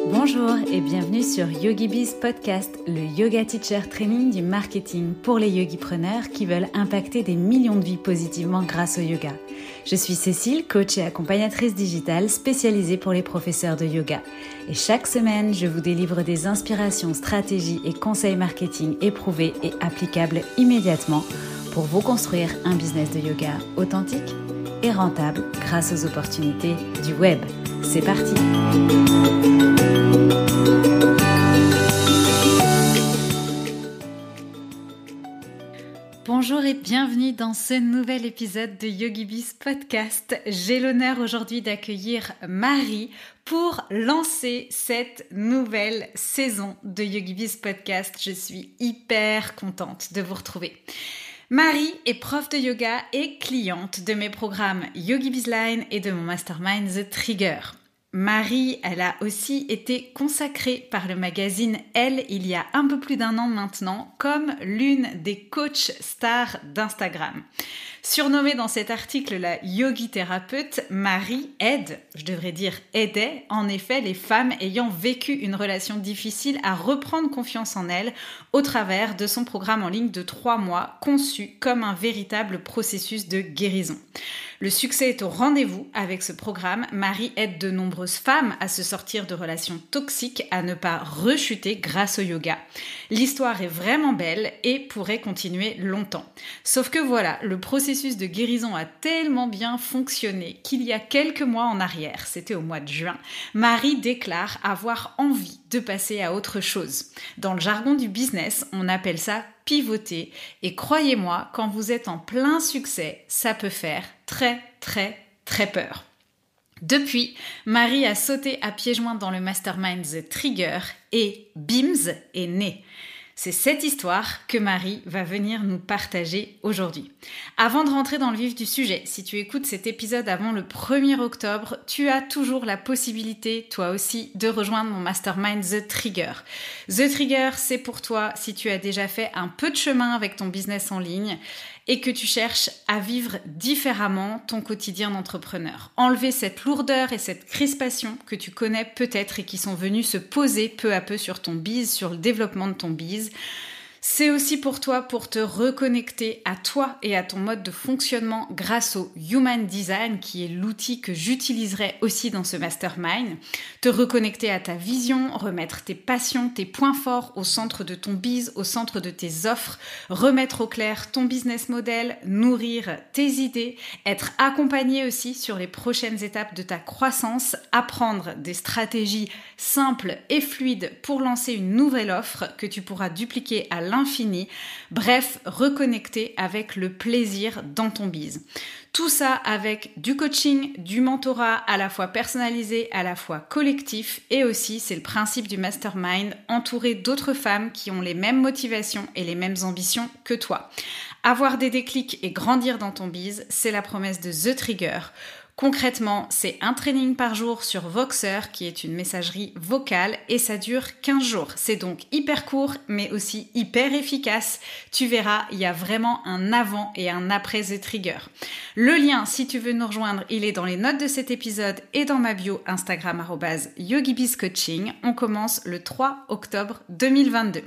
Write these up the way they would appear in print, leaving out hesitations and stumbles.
Bonjour et bienvenue sur YogiBiz Podcast, le yoga teacher training du marketing pour les yogipreneurs qui veulent impacter des millions de vies positivement grâce au yoga. Je suis Cécile, coach et accompagnatrice digitale spécialisée pour les professeurs de yoga. Et chaque semaine, je vous délivre des inspirations, stratégies et conseils marketing éprouvés et applicables immédiatement pour vous construire un business de yoga authentique et rentable grâce aux opportunités du web. C'est parti! Bonjour et bienvenue dans ce nouvel épisode de YogiBiz Podcast. J'ai l'honneur aujourd'hui d'accueillir Marie pour lancer cette nouvelle saison de YogiBiz Podcast. Je suis hyper contente de vous retrouver. Marie est prof de yoga et cliente de mes programmes YogiBiz Line et de mon mastermind The Trigger. Marie, elle a aussi été consacrée par le magazine Elle il y a un peu plus d'1 an maintenant comme l'une des coachs stars d'Instagram. Surnommée dans cet article la yogi thérapeute, Marie aidait en effet les femmes ayant vécu une relation difficile à reprendre confiance en elles au travers de son programme en ligne de 3 mois conçu comme un véritable processus de guérison. Le succès est au rendez-vous avec ce programme. Marie aide de nombreuses femmes à se sortir de relations toxiques, à ne pas rechuter grâce au yoga. L'histoire est vraiment belle et pourrait continuer longtemps. Sauf que voilà, le processus de guérison a tellement bien fonctionné qu'il y a quelques mois en arrière, c'était au mois de juin, Marie déclare avoir envie de passer à autre chose. Dans le jargon du business, on appelle ça pivoter. Et croyez-moi, quand vous êtes en plein succès, ça peut faire très peur. Depuis, Marie a sauté à pieds joints dans le mastermind The Trigger et BIMS est né. C'est cette histoire que Marie va venir nous partager aujourd'hui. Avant de rentrer dans le vif du sujet, si tu écoutes cet épisode avant le 1er octobre, tu as toujours la possibilité, toi aussi, de rejoindre mon mastermind The Trigger. The Trigger, c'est pour toi si tu as déjà fait un peu de chemin avec ton business en ligne et que tu cherches à vivre différemment ton quotidien d'entrepreneur. Enlever cette lourdeur et cette crispation que tu connais peut-être et qui sont venues se poser peu à peu sur ton biz, sur le développement de ton biz. C'est aussi pour toi pour te reconnecter à toi et à ton mode de fonctionnement grâce au Human Design, qui est l'outil que j'utiliserai aussi dans ce mastermind. Te reconnecter à ta vision, remettre tes passions, tes points forts au centre de ton biz, au centre de tes offres, remettre au clair ton business model, nourrir tes idées, être accompagné aussi sur les prochaines étapes de ta croissance, apprendre des stratégies simples et fluides pour lancer une nouvelle offre que tu pourras dupliquer à l'infini, bref, reconnecter avec le plaisir dans ton biz. Tout ça avec du coaching, du mentorat à la fois personnalisé, à la fois collectif et aussi, c'est le principe du mastermind, entouré d'autres femmes qui ont les mêmes motivations et les mêmes ambitions que toi. Avoir des déclics et grandir dans ton biz, c'est la promesse de The Trigger. Concrètement, c'est un training par jour sur Voxer qui est une messagerie vocale et ça dure 15 jours. C'est donc hyper court mais aussi hyper efficace. Tu verras, il y a vraiment un avant et un après The Trigger. Le lien, si tu veux nous rejoindre, il est dans les notes de cet épisode et dans ma bio Instagram @YogiBizCoaching. On commence le 3 octobre 2022.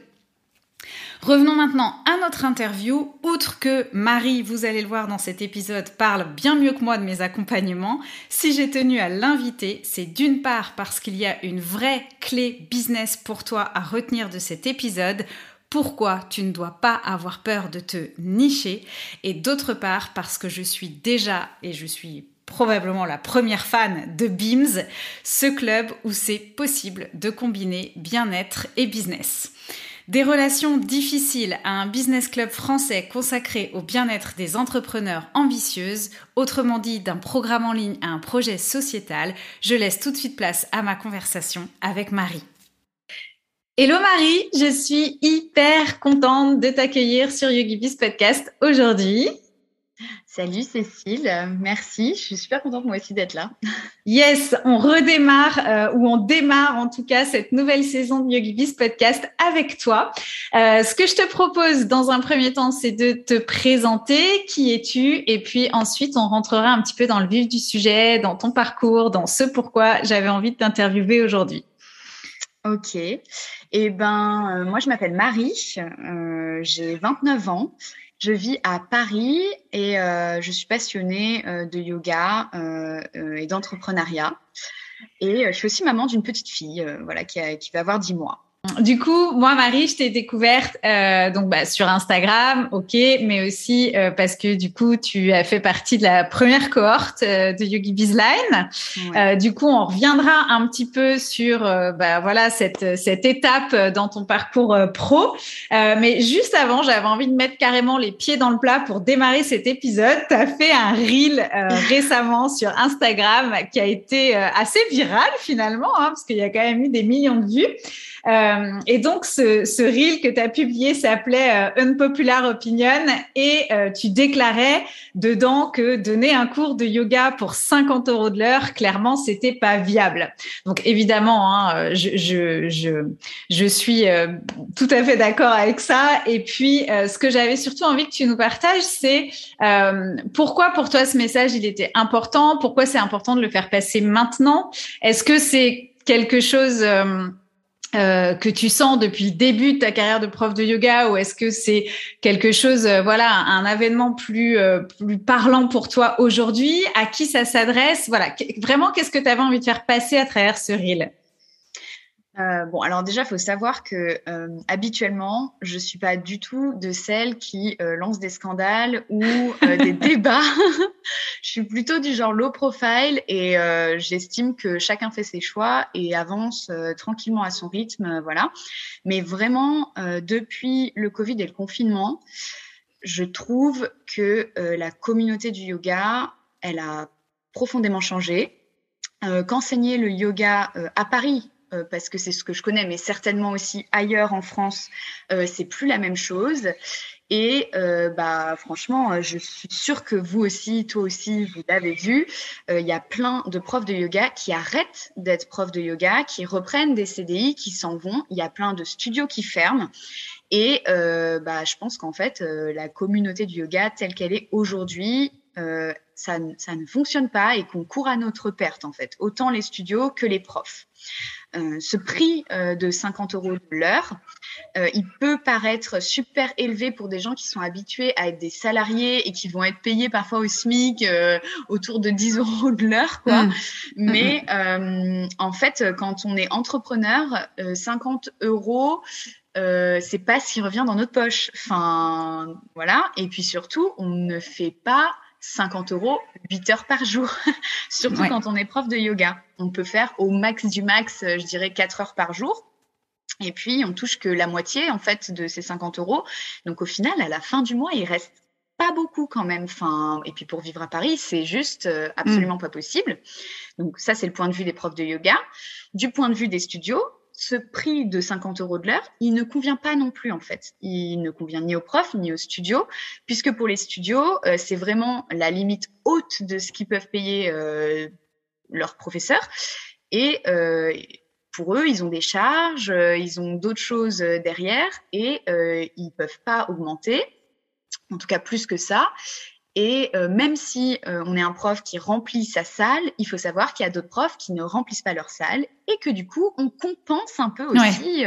Revenons maintenant à notre interview. Outre que Marie, vous allez le voir dans cet épisode, parle bien mieux que moi de mes accompagnements, si j'ai tenu à l'inviter, c'est d'une part parce qu'il y a une vraie clé business pour toi à retenir de cet épisode. Pourquoi tu ne dois pas avoir peur de te nicher, et d'autre part parce que je suis déjà, et je suis probablement la première fan de BIMS, ce club où c'est possible de combiner bien-être et business. Des relations difficiles à un business club français consacré au bien-être des entrepreneurs ambitieuses, autrement dit d'un programme en ligne à un projet sociétal, je laisse tout de suite place à ma conversation avec Marie. Hello Marie, je suis hyper contente de t'accueillir sur YogiBiz Podcast aujourd'hui. Salut Cécile, merci, je suis super contente moi aussi d'être là. Yes, on redémarre, ou on démarre en tout cas cette nouvelle saison de YogiBiz Podcast avec toi. Ce que je te propose dans un premier temps, c'est de te présenter, qui es-tu, et puis ensuite on rentrera un petit peu dans le vif du sujet, dans ton parcours, dans ce pourquoi j'avais envie de t'interviewer aujourd'hui. Ok. Moi, je m'appelle Marie. J'ai 29 ans. Je vis à Paris et je suis passionnée de yoga et d'entrepreneuriat. Et je suis aussi maman d'une petite fille, voilà, qui va avoir 10 mois. Du coup, moi, Marie, je t'ai découverte sur Instagram, ok, mais aussi parce que du coup, tu as fait partie de la première cohorte de Yogi Bizline. Ouais. Du coup, on reviendra un petit peu sur cette étape dans ton parcours pro. Mais juste avant, j'avais envie de mettre carrément les pieds dans le plat pour démarrer cet épisode. Tu as fait un reel récemment sur Instagram qui a été assez viral finalement, hein, parce qu'il y a quand même eu des millions de vues. Et donc, ce reel que tu as publié s'appelait Unpopular Opinion et tu déclarais dedans que donner un cours de yoga pour 50 € de l'heure, clairement, c'était pas viable. Donc, évidemment, hein, je suis tout à fait d'accord avec ça. Et puis, ce que j'avais surtout envie que tu nous partages, c'est pourquoi pour toi ce message, il était important? Pourquoi c'est important de le faire passer maintenant? Est-ce que c'est quelque chose que tu sens depuis le début de ta carrière de prof de yoga, ou est-ce que c'est quelque chose, un événement plus parlant pour toi aujourd'hui? À qui ça s'adresse? Voilà, vraiment, qu'est-ce que tu avais envie de faire passer à travers ce reel? Alors déjà, il faut savoir que habituellement, je suis pas du tout de celles qui lancent des scandales ou des débats. Je suis plutôt du genre low profile et j'estime que chacun fait ses choix et avance tranquillement à son rythme, voilà. Mais vraiment, depuis le Covid et le confinement, je trouve que la communauté du yoga, elle a profondément changé. Qu'enseigner le yoga à Paris, parce que c'est ce que je connais, mais certainement aussi ailleurs en France, c'est plus la même chose. Et franchement, je suis sûre que vous aussi, toi aussi, vous l'avez vu. Il y a plein de profs de yoga qui arrêtent d'être profs de yoga, qui reprennent des CDI, qui s'en vont. Il y a plein de studios qui ferment. Et je pense qu'en fait, la communauté du yoga telle qu'elle est aujourd'hui, ça ne fonctionne pas et qu'on court à notre perte, en fait, autant les studios que les profs. Ce prix de 50 € de l'heure, il peut paraître super élevé pour des gens qui sont habitués à être des salariés et qui vont être payés parfois au SMIC autour de 10 € de l'heure, quoi. Mais en fait, quand on est entrepreneur, 50 €, c'est pas ce qui revient dans notre poche. Enfin, voilà. Et puis surtout, on ne fait pas 50 € 8 heures par jour. Surtout quand on est prof de yoga. On peut faire au max du max, je dirais 4 heures par jour. Et puis, on touche que la moitié, en fait, de ces 50 €. Donc, au final, à la fin du mois, il reste pas beaucoup quand même. Enfin, et puis, pour vivre à Paris, c'est juste absolument pas possible. Donc, ça, c'est le point de vue des profs de yoga. Du point de vue des studios, ce prix de 50 € de l'heure, il ne convient pas non plus, en fait. Il ne convient ni aux profs, ni aux studios, puisque pour les studios, c'est vraiment la limite haute de ce qu'ils peuvent payer leurs professeurs. Et pour eux, ils ont des charges, ils ont d'autres choses derrière et ils peuvent pas augmenter, en tout cas plus que ça. Et même si on est un prof qui remplit sa salle, il faut savoir qu'il y a d'autres profs qui ne remplissent pas leur salle et que du coup, on compense un peu aussi.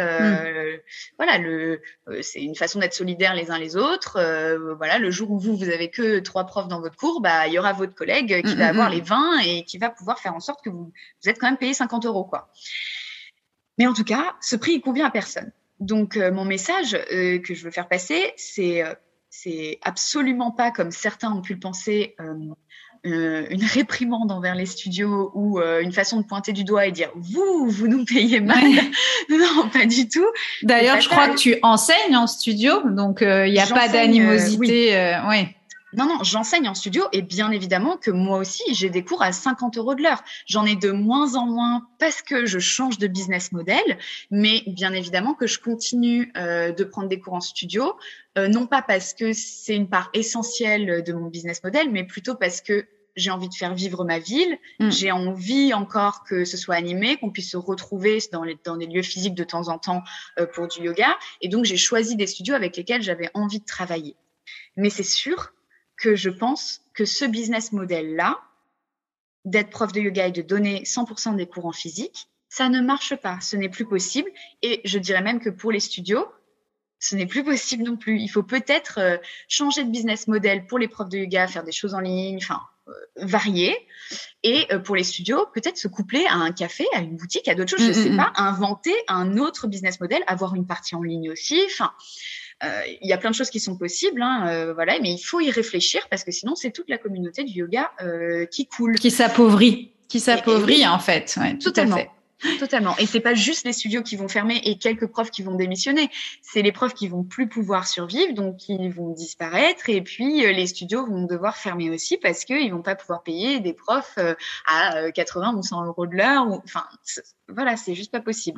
C'est une façon d'être solidaires les uns les autres. Le jour où vous avez que 3 profs dans votre cours, il y aura votre collègue qui va avoir les 20 et qui va pouvoir faire en sorte que vous êtes quand même payé 50 €, quoi. Mais en tout cas, ce prix, il convient à personne. Donc, mon message que je veux faire passer, c'est absolument pas, comme certains ont pu le penser, une réprimande envers les studios ou une façon de pointer du doigt et dire vous nous payez mal. Non, pas du tout. D'ailleurs, je crois que tu enseignes en studio, donc il n'y a pas d'animosité. Oui. Non, j'enseigne en studio et bien évidemment que moi aussi, j'ai des cours à 50 € de l'heure. J'en ai de moins en moins parce que je change de business model, mais bien évidemment que je continue de prendre des cours en studio, non pas parce que c'est une part essentielle de mon business model, mais plutôt parce que j'ai envie de faire vivre ma ville. J'ai envie encore que ce soit animé, qu'on puisse se retrouver dans des lieux physiques de temps en temps pour du yoga. Et donc, j'ai choisi des studios avec lesquels j'avais envie de travailler. Mais c'est sûr que je pense que ce business model-là, d'être prof de yoga et de donner 100% des cours en physique, ça ne marche pas, ce n'est plus possible. Et je dirais même que pour les studios, ce n'est plus possible non plus. Il faut peut-être changer de business model pour les profs de yoga, faire des choses en ligne, varier. Et pour les studios, peut-être se coupler à un café, à une boutique, à d'autres choses, je ne sais pas, inventer un autre business model, avoir une partie en ligne aussi. Il y a plein de choses qui sont possibles, voilà, mais il faut y réfléchir parce que sinon, c'est toute la communauté du yoga qui coule. Qui s'appauvrit, en fait. Ouais, totalement. Tout à fait. Totalement. Et c'est pas juste les studios qui vont fermer et quelques profs qui vont démissionner. C'est les profs qui vont plus pouvoir survivre, donc qui vont disparaître. Et puis, les studios vont devoir fermer aussi parce qu'ils vont pas pouvoir payer des profs à 80 ou 100 euros de l'heure. Voilà, c'est juste pas possible.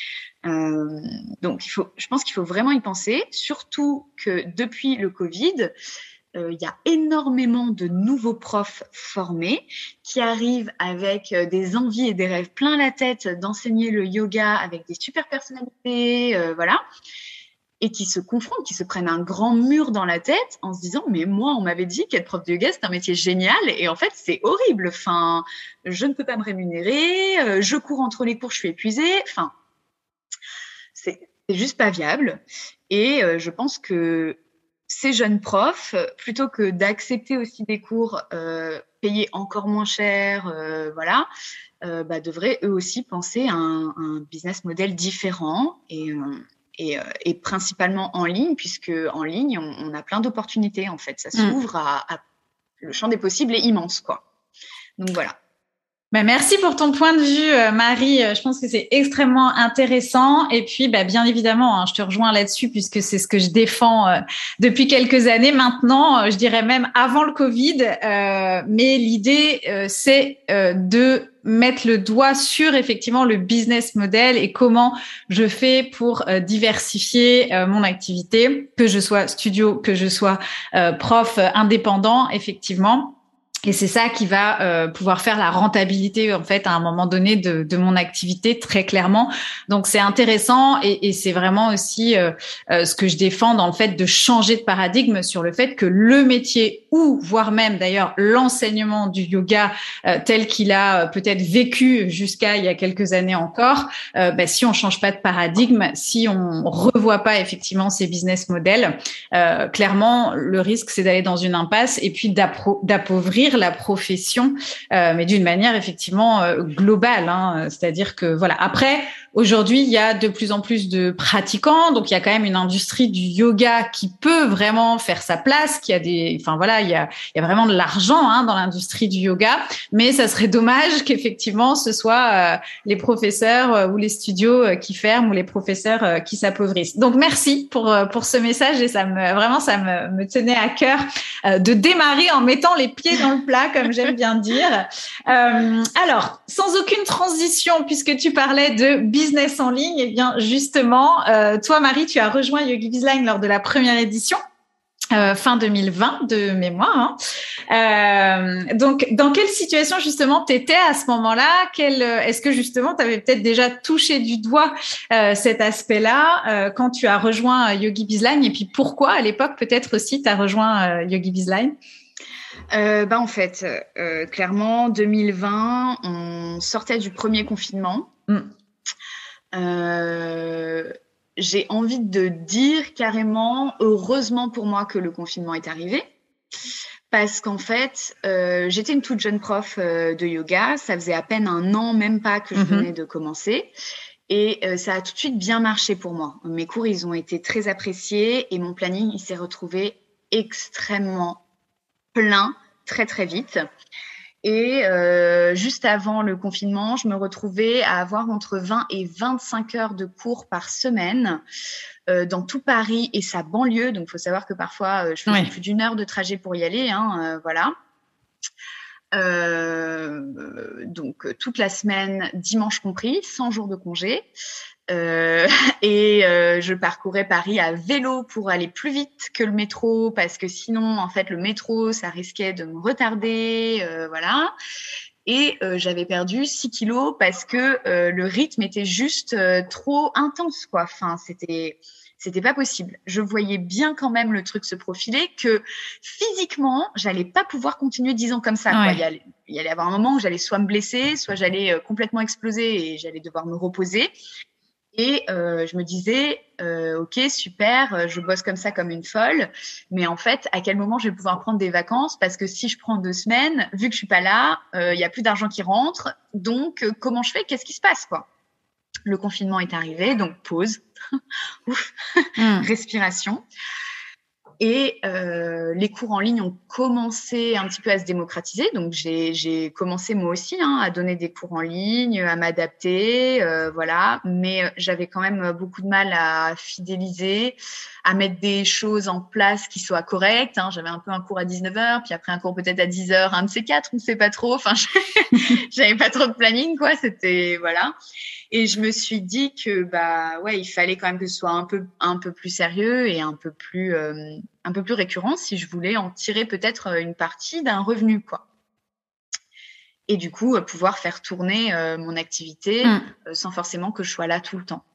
Donc, je pense qu'il faut vraiment y penser, surtout que depuis le Covid, il y a énormément de nouveaux profs formés qui arrivent avec des envies et des rêves plein la tête d'enseigner le yoga avec des super personnalités, voilà, et qui se confrontent, qui se prennent un grand mur dans la tête en se disant mais moi on m'avait dit qu'être prof de yoga c'est un métier génial et en fait c'est horrible, je ne peux pas me rémunérer, je cours entre les cours, je suis épuisée, c'est juste pas viable. Et je pense que ces jeunes profs, plutôt que d'accepter aussi des cours payés encore moins cher, voilà, devraient eux aussi penser à un business model différent et principalement en ligne, puisque en ligne, on a plein d'opportunités en fait. Ça s'ouvre le champ des possibles est immense, quoi. Donc voilà. Merci pour ton point de vue, Marie. Je pense que c'est extrêmement intéressant. Et puis, bien évidemment, je te rejoins là-dessus puisque c'est ce que je défends depuis quelques années maintenant. Je dirais même avant le Covid. Mais l'idée, c'est de mettre le doigt sur effectivement le business model et comment je fais pour diversifier mon activité, que je sois studio, que je sois prof indépendant, effectivement. Et c'est ça qui va pouvoir faire la rentabilité en fait à un moment donné de mon activité très clairement. Donc c'est intéressant et c'est vraiment aussi ce que je défends dans le fait de changer de paradigme sur le fait que le métier ou voire même d'ailleurs l'enseignement du yoga tel qu'il a peut-être vécu jusqu'à il y a quelques années encore, si on change pas de paradigme, si on revoit pas effectivement ces business models, clairement le risque c'est d'aller dans une impasse et puis d'appauvrir la profession, mais d'une manière effectivement globale, c'est-à-dire que voilà. Après, aujourd'hui, il y a de plus en plus de pratiquants, donc il y a quand même une industrie du yoga qui peut vraiment faire sa place, qui a il y a vraiment de l'argent dans l'industrie du yoga, mais ça serait dommage qu'effectivement ce soit les professeurs ou les studios qui ferment ou les professeurs qui s'appauvrissent. Donc merci pour ce message et ça me tenait à cœur de démarrer en mettant les pieds dans le plat, comme j'aime bien dire. Alors, sans aucune transition, puisque tu parlais de business en ligne, eh bien justement, toi Marie, tu as rejoint Yogi Bizline lors de la première édition. Fin 2020 de mémoire. Donc, dans quelle situation justement t'étais à ce moment-là ? Est-ce que justement tu avais peut-être déjà touché du doigt cet aspect-là quand tu as rejoint Yogi Bizline ? Et puis pourquoi à l'époque peut-être aussi tu as rejoint Yogi Bizline ? En fait, clairement, 2020, on sortait du premier confinement. J'ai envie de dire carrément, heureusement pour moi que le confinement est arrivé. Parce qu'en fait, j'étais une toute jeune prof de yoga. Ça faisait à peine un an, même pas, que je venais de commencer. Et ça a tout de suite bien marché pour moi. Mes cours, ils ont été très appréciés et mon planning, il s'est retrouvé extrêmement plein très très vite. Et juste avant le confinement, je me retrouvais à avoir entre 20 et 25 heures de cours par semaine dans tout Paris et sa banlieue. Donc, il faut savoir que parfois, je faisais plus d'1 heure de trajet pour y aller. Voilà. Donc, toute la semaine, dimanche compris, 100 jours de congé. Je parcourais Paris à vélo pour aller plus vite que le métro parce que sinon, en fait, le métro, ça risquait de me retarder, voilà. Et j'avais perdu 6 kilos parce que le rythme était juste trop intense, quoi. Enfin, c'était c'était pas possible. Je voyais bien quand même le truc se profiler, que physiquement, j'allais pas pouvoir continuer 10 ans comme ça, quoi. Ouais. Il y allait avoir un moment où j'allais soit me blesser, soit j'allais complètement exploser et j'allais devoir me reposer. Et je me disais, ok, super, je bosse comme ça comme une folle, mais en fait, à quel moment je vais pouvoir prendre des vacances? Parce que si je prends 2 semaines, vu que je suis pas là, il y a plus d'argent qui rentre, donc comment je fais? Qu'est-ce qui se passe, quoi? Le confinement est arrivé, donc pause, ouf, respiration. Et les cours en ligne ont commencé un petit peu à se démocratiser. Donc, j'ai commencé moi aussi à donner des cours en ligne, à m'adapter, voilà. Mais j'avais quand même beaucoup de mal à fidéliser, à mettre des choses en place qui soient correctes. J'avais un peu un cours à 19h, puis après un cours peut-être à 10h, un de ces quatre, on ne sait pas trop. Enfin, j'avais pas trop de planning, quoi. C'était, voilà. Et je me suis dit que ouais, il fallait quand même que ce soit un peu plus sérieux et un peu plus récurrent si je voulais en tirer peut-être une partie d'un revenu, quoi. Et du coup, pouvoir faire tourner mon activité sans forcément que je sois là tout le temps.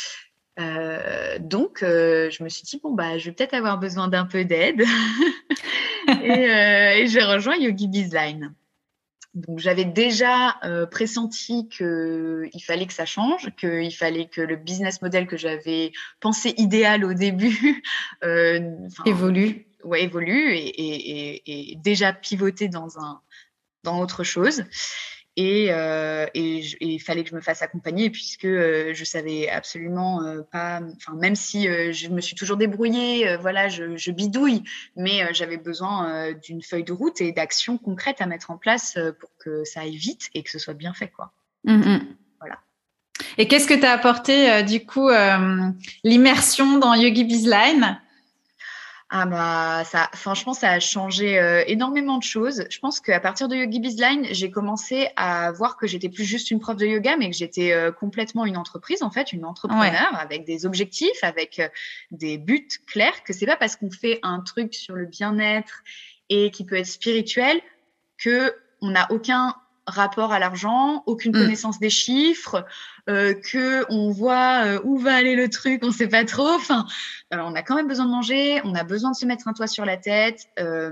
Donc, je me suis dit, je vais peut-être avoir besoin d'un peu d'aide. et j'ai rejoint Yogi Bizline. Donc, j'avais déjà pressenti qu'il fallait que ça change, qu'il fallait que le business model que j'avais pensé idéal au début Évolue. Ouais, évolue et déjà pivoter dans autre chose. Et il fallait que je me fasse accompagner puisque je savais absolument pas. Enfin, même si je me suis toujours débrouillée, voilà, je bidouille, mais j'avais besoin d'une feuille de route et d'actions concrètes à mettre en place pour que ça aille vite et que ce soit bien fait, quoi. Voilà. Et qu'est-ce que t'as apporté du coup l'immersion dans Yogi Bizline? Franchement, ça a changé énormément de choses. Je pense qu'à partir de Yogi Bizline, j'ai commencé à voir que j'étais plus juste une prof de yoga, mais que j'étais complètement une entreprise, en fait, une entrepreneur avec des objectifs, avec des buts clairs, que c'est pas parce qu'on fait un truc sur le bien-être et qui peut être spirituel que on n'a aucun rapport à l'argent, aucune connaissance des chiffres, que on voit où va aller le truc, on sait pas trop. Enfin, on a quand même besoin de manger, on a besoin de se mettre un toit sur la tête.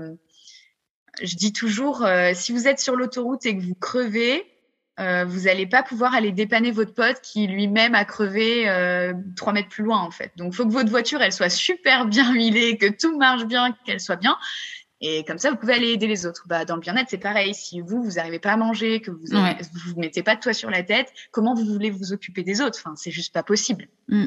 Je dis toujours, si vous êtes sur l'autoroute et que vous crevez, vous n'allez pas pouvoir aller dépanner votre pote qui lui-même a crevé 3 mètres plus loin, en fait. Donc, il faut que votre voiture, elle soit super bien huilée, que tout marche bien, qu'elle soit bien. Et comme ça, vous pouvez aller aider les autres. Dans le bien-être, c'est pareil. Si vous n'arrivez pas à manger, que vous mettez pas de toit sur la tête, comment vous voulez vous occuper des autres? Enfin, c'est juste pas possible.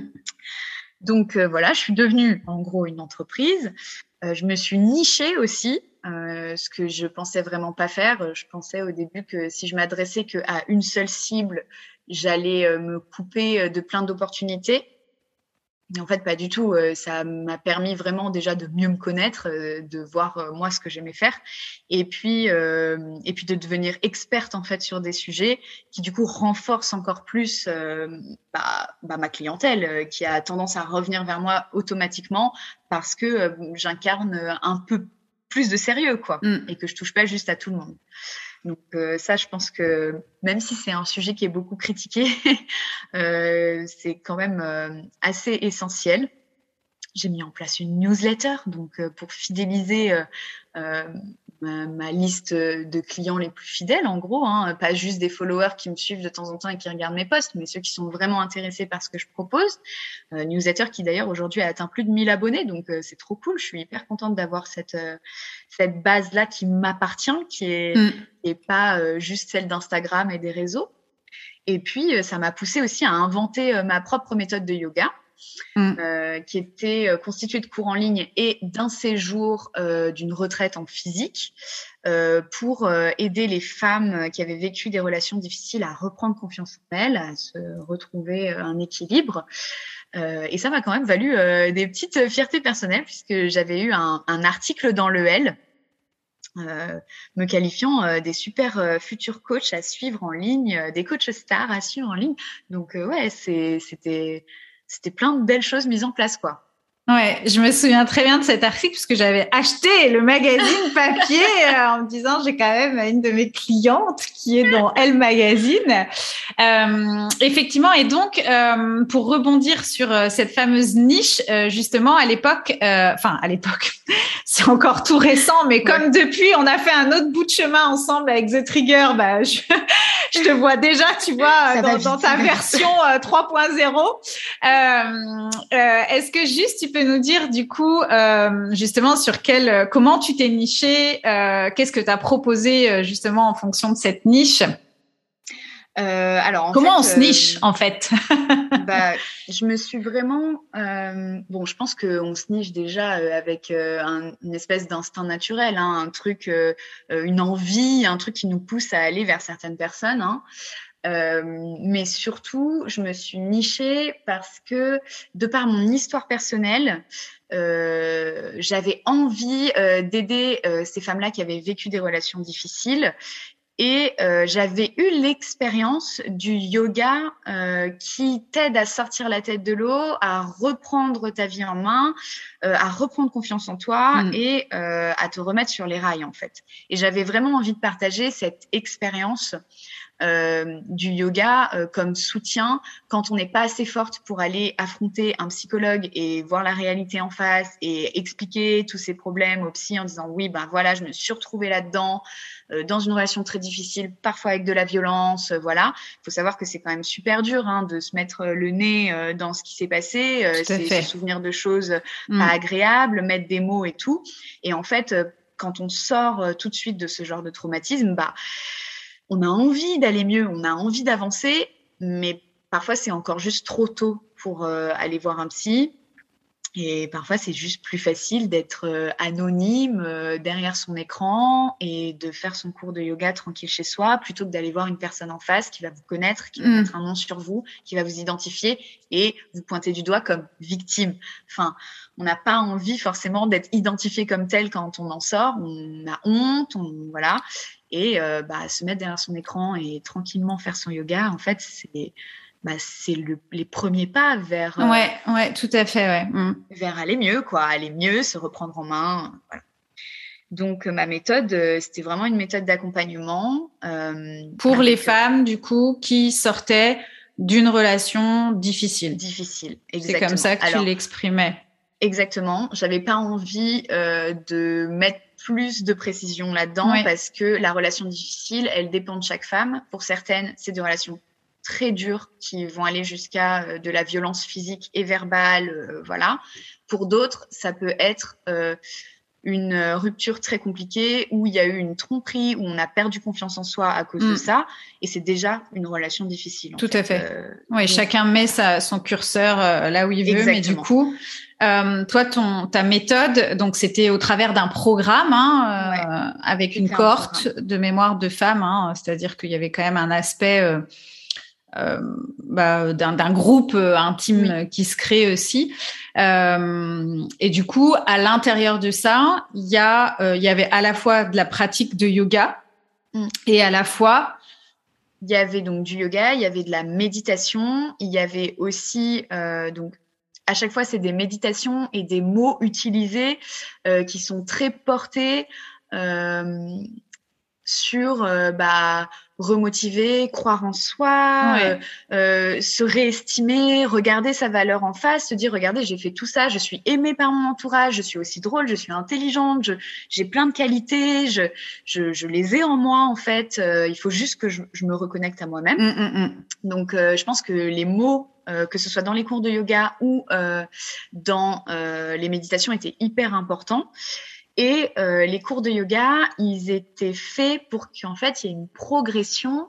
Donc voilà, je suis devenue en gros une entreprise. Je me suis nichée aussi, ce que je pensais vraiment pas faire. Je pensais au début que si je m'adressais qu'à une seule cible, j'allais me couper de plein d'opportunités. Et en fait, pas du tout. Ça m'a permis vraiment déjà de mieux me connaître, de voir moi ce que j'aimais faire, et puis de devenir experte en fait sur des sujets qui du coup renforcent encore plus ma clientèle qui a tendance à revenir vers moi automatiquement parce que j'incarne un peu plus de sérieux, quoi, et que je touche pas juste à tout le monde. Donc ça, je pense que même si c'est un sujet qui est beaucoup critiqué, c'est quand même assez essentiel. J'ai mis en place une newsletter donc pour fidéliser ma liste de clients les plus fidèles, en gros, pas juste des followers qui me suivent de temps en temps et qui regardent mes posts, mais ceux qui sont vraiment intéressés par ce que je propose. Newsletter qui d'ailleurs aujourd'hui a atteint plus de 1000 abonnés, donc c'est trop cool. Je suis hyper contente d'avoir cette base-là qui m'appartient, qui est pas juste celle d'Instagram et des réseaux. Et puis, ça m'a poussée aussi à inventer ma propre méthode de yoga. Qui était constituée de cours en ligne et d'un séjour d'une retraite en physique pour aider les femmes qui avaient vécu des relations difficiles à reprendre confiance en elles, à se retrouver un équilibre. Et ça m'a quand même valu des petites fiertés personnelles puisque j'avais eu un article dans l'EL me qualifiant des super futurs coachs à suivre en ligne, des coachs stars à suivre en ligne. Donc ouais, c'était plein de belles choses mises en place, quoi. Ouais, je me souviens très bien de cet article puisque j'avais acheté le magazine papier en me disant j'ai quand même une de mes clientes qui est dans Elle Magazine. Effectivement, et donc pour rebondir sur cette fameuse niche, justement à l'époque, c'est encore tout récent, mais comme depuis on a fait un autre bout de chemin ensemble avec The Trigger, bah je te vois déjà, tu vois, dans ta version 3.0. Est-ce que juste tu peux nous dire du coup justement sur comment tu t'es niché, qu'est-ce que tu as proposé justement en fonction de cette niche? Alors, comment on se niche en fait? Je me suis vraiment je pense qu'on se niche déjà avec une espèce d'instinct naturel, hein, un truc, une envie, un truc qui nous pousse à aller vers certaines personnes, hein. Mais surtout, je me suis nichée parce que, de par mon histoire personnelle, j'avais envie d'aider ces femmes-là qui avaient vécu des relations difficiles. Et j'avais eu l'expérience du yoga qui t'aide à sortir la tête de l'eau, à reprendre ta vie en main, à reprendre confiance en toi et à te remettre sur les rails, en fait. Et j'avais vraiment envie de partager cette expérience du yoga comme soutien quand on n'est pas assez forte pour aller affronter un psychologue et voir la réalité en face et expliquer tous ces problèmes au psy en disant oui, ben voilà, je me suis retrouvée là-dedans, dans une relation très difficile, parfois avec de la violence, voilà. Il faut savoir que c'est quand même super dur hein, de se mettre le nez dans ce qui s'est passé, c'est se souvenir de choses pas agréables, mettre des mots et tout. Et en fait, quand on sort tout de suite de ce genre de traumatisme, on a envie d'aller mieux, on a envie d'avancer, mais parfois c'est encore juste trop tôt pour aller voir un psy. Et parfois, c'est juste plus facile d'être anonyme derrière son écran et de faire son cours de yoga tranquille chez soi plutôt que d'aller voir une personne en face qui va vous connaître, qui va mettre un nom sur vous, qui va vous identifier et vous pointer du doigt comme victime. Enfin, on n'a pas envie forcément d'être identifié comme tel quand on en sort. On a honte, voilà. Et se mettre derrière son écran et tranquillement faire son yoga, en fait, c'est les premiers pas vers tout à fait, vers aller mieux, aller mieux, se reprendre en main, voilà. Donc ma méthode, c'était vraiment une méthode d'accompagnement pour les femmes du coup qui sortaient d'une relation difficile. Exactement. C'est comme ça que tu l'exprimais. Exactement. J'avais pas envie de mettre plus de précision là-dedans parce que la relation difficile, elle dépend de chaque femme. Pour certaines, c'est des relations très dures qui vont aller jusqu'à de la violence physique et verbale, voilà. Pour d'autres, ça peut être une rupture très compliquée où il y a eu une tromperie, où on a perdu confiance en soi à cause de ça, et c'est déjà une relation difficile. Tout à fait. Oui, donc, chacun met son curseur là où il veut, mais du coup, toi, ta méthode, donc c'était au travers d'un programme avec une cohorte de mémoire de femmes, c'est-à-dire qu'il y avait quand même un aspect d'un groupe intime qui se crée aussi. Et du coup, à l'intérieur de ça, il y avait à la fois de la pratique de yoga et à la fois il y avait donc du yoga, il y avait de la méditation, il y avait aussi donc à chaque fois c'est des méditations et des mots utilisés qui sont très portés sur remotiver, croire en soi, se réestimer, regarder sa valeur en face, se dire regardez, j'ai fait tout ça, je suis aimée par mon entourage, je suis aussi drôle, je suis intelligente, j'ai plein de qualités, je les ai en moi en fait, il faut juste que je me reconnecte à moi-même. Donc je pense que les mots que ce soit dans les cours de yoga ou dans les méditations étaient hyper importants. Et les cours de yoga, ils étaient faits pour qu'en fait, il y ait une progression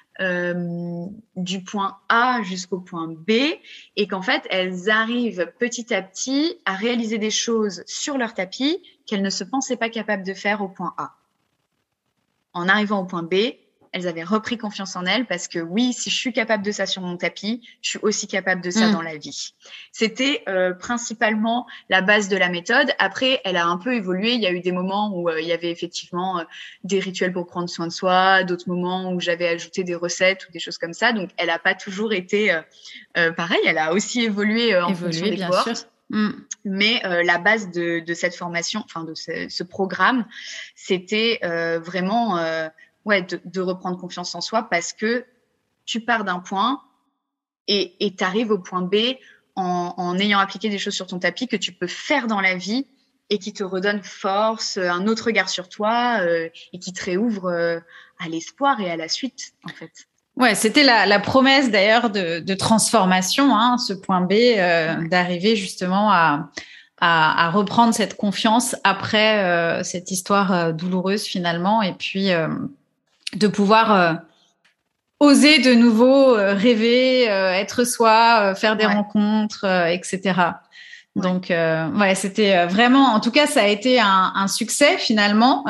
du point A jusqu'au point B et qu'en fait, elles arrivent petit à petit à réaliser des choses sur leur tapis qu'elles ne se pensaient pas capables de faire au point A. En arrivant au point B, elles avaient repris confiance en elles parce que oui, si je suis capable de ça sur mon tapis, je suis aussi capable de ça dans la vie. C'était principalement la base de la méthode. Après, elle a un peu évolué. Il y a eu des moments où il y avait effectivement des rituels pour prendre soin de soi, d'autres moments où j'avais ajouté des recettes ou des choses comme ça. Donc, elle n'a pas toujours été pareil. Elle a aussi évolué en fonction des cohortes. Mais la base de cette formation, enfin de ce programme, c'était vraiment de reprendre confiance en soi, parce que tu pars d'un point et tu arrives au point B en ayant appliqué des choses sur ton tapis que tu peux faire dans la vie et qui te redonnent force, un autre regard sur toi et qui te réouvre à l'espoir et à la suite, en fait. Ouais, c'était la promesse d'ailleurs de transformation, hein, ce point B, d'arriver justement à reprendre cette confiance après cette histoire douloureuse finalement, et puis de pouvoir oser de nouveau rêver, être soi, faire des rencontres, etc. Donc, c'était vraiment, en tout cas, ça a été un succès finalement.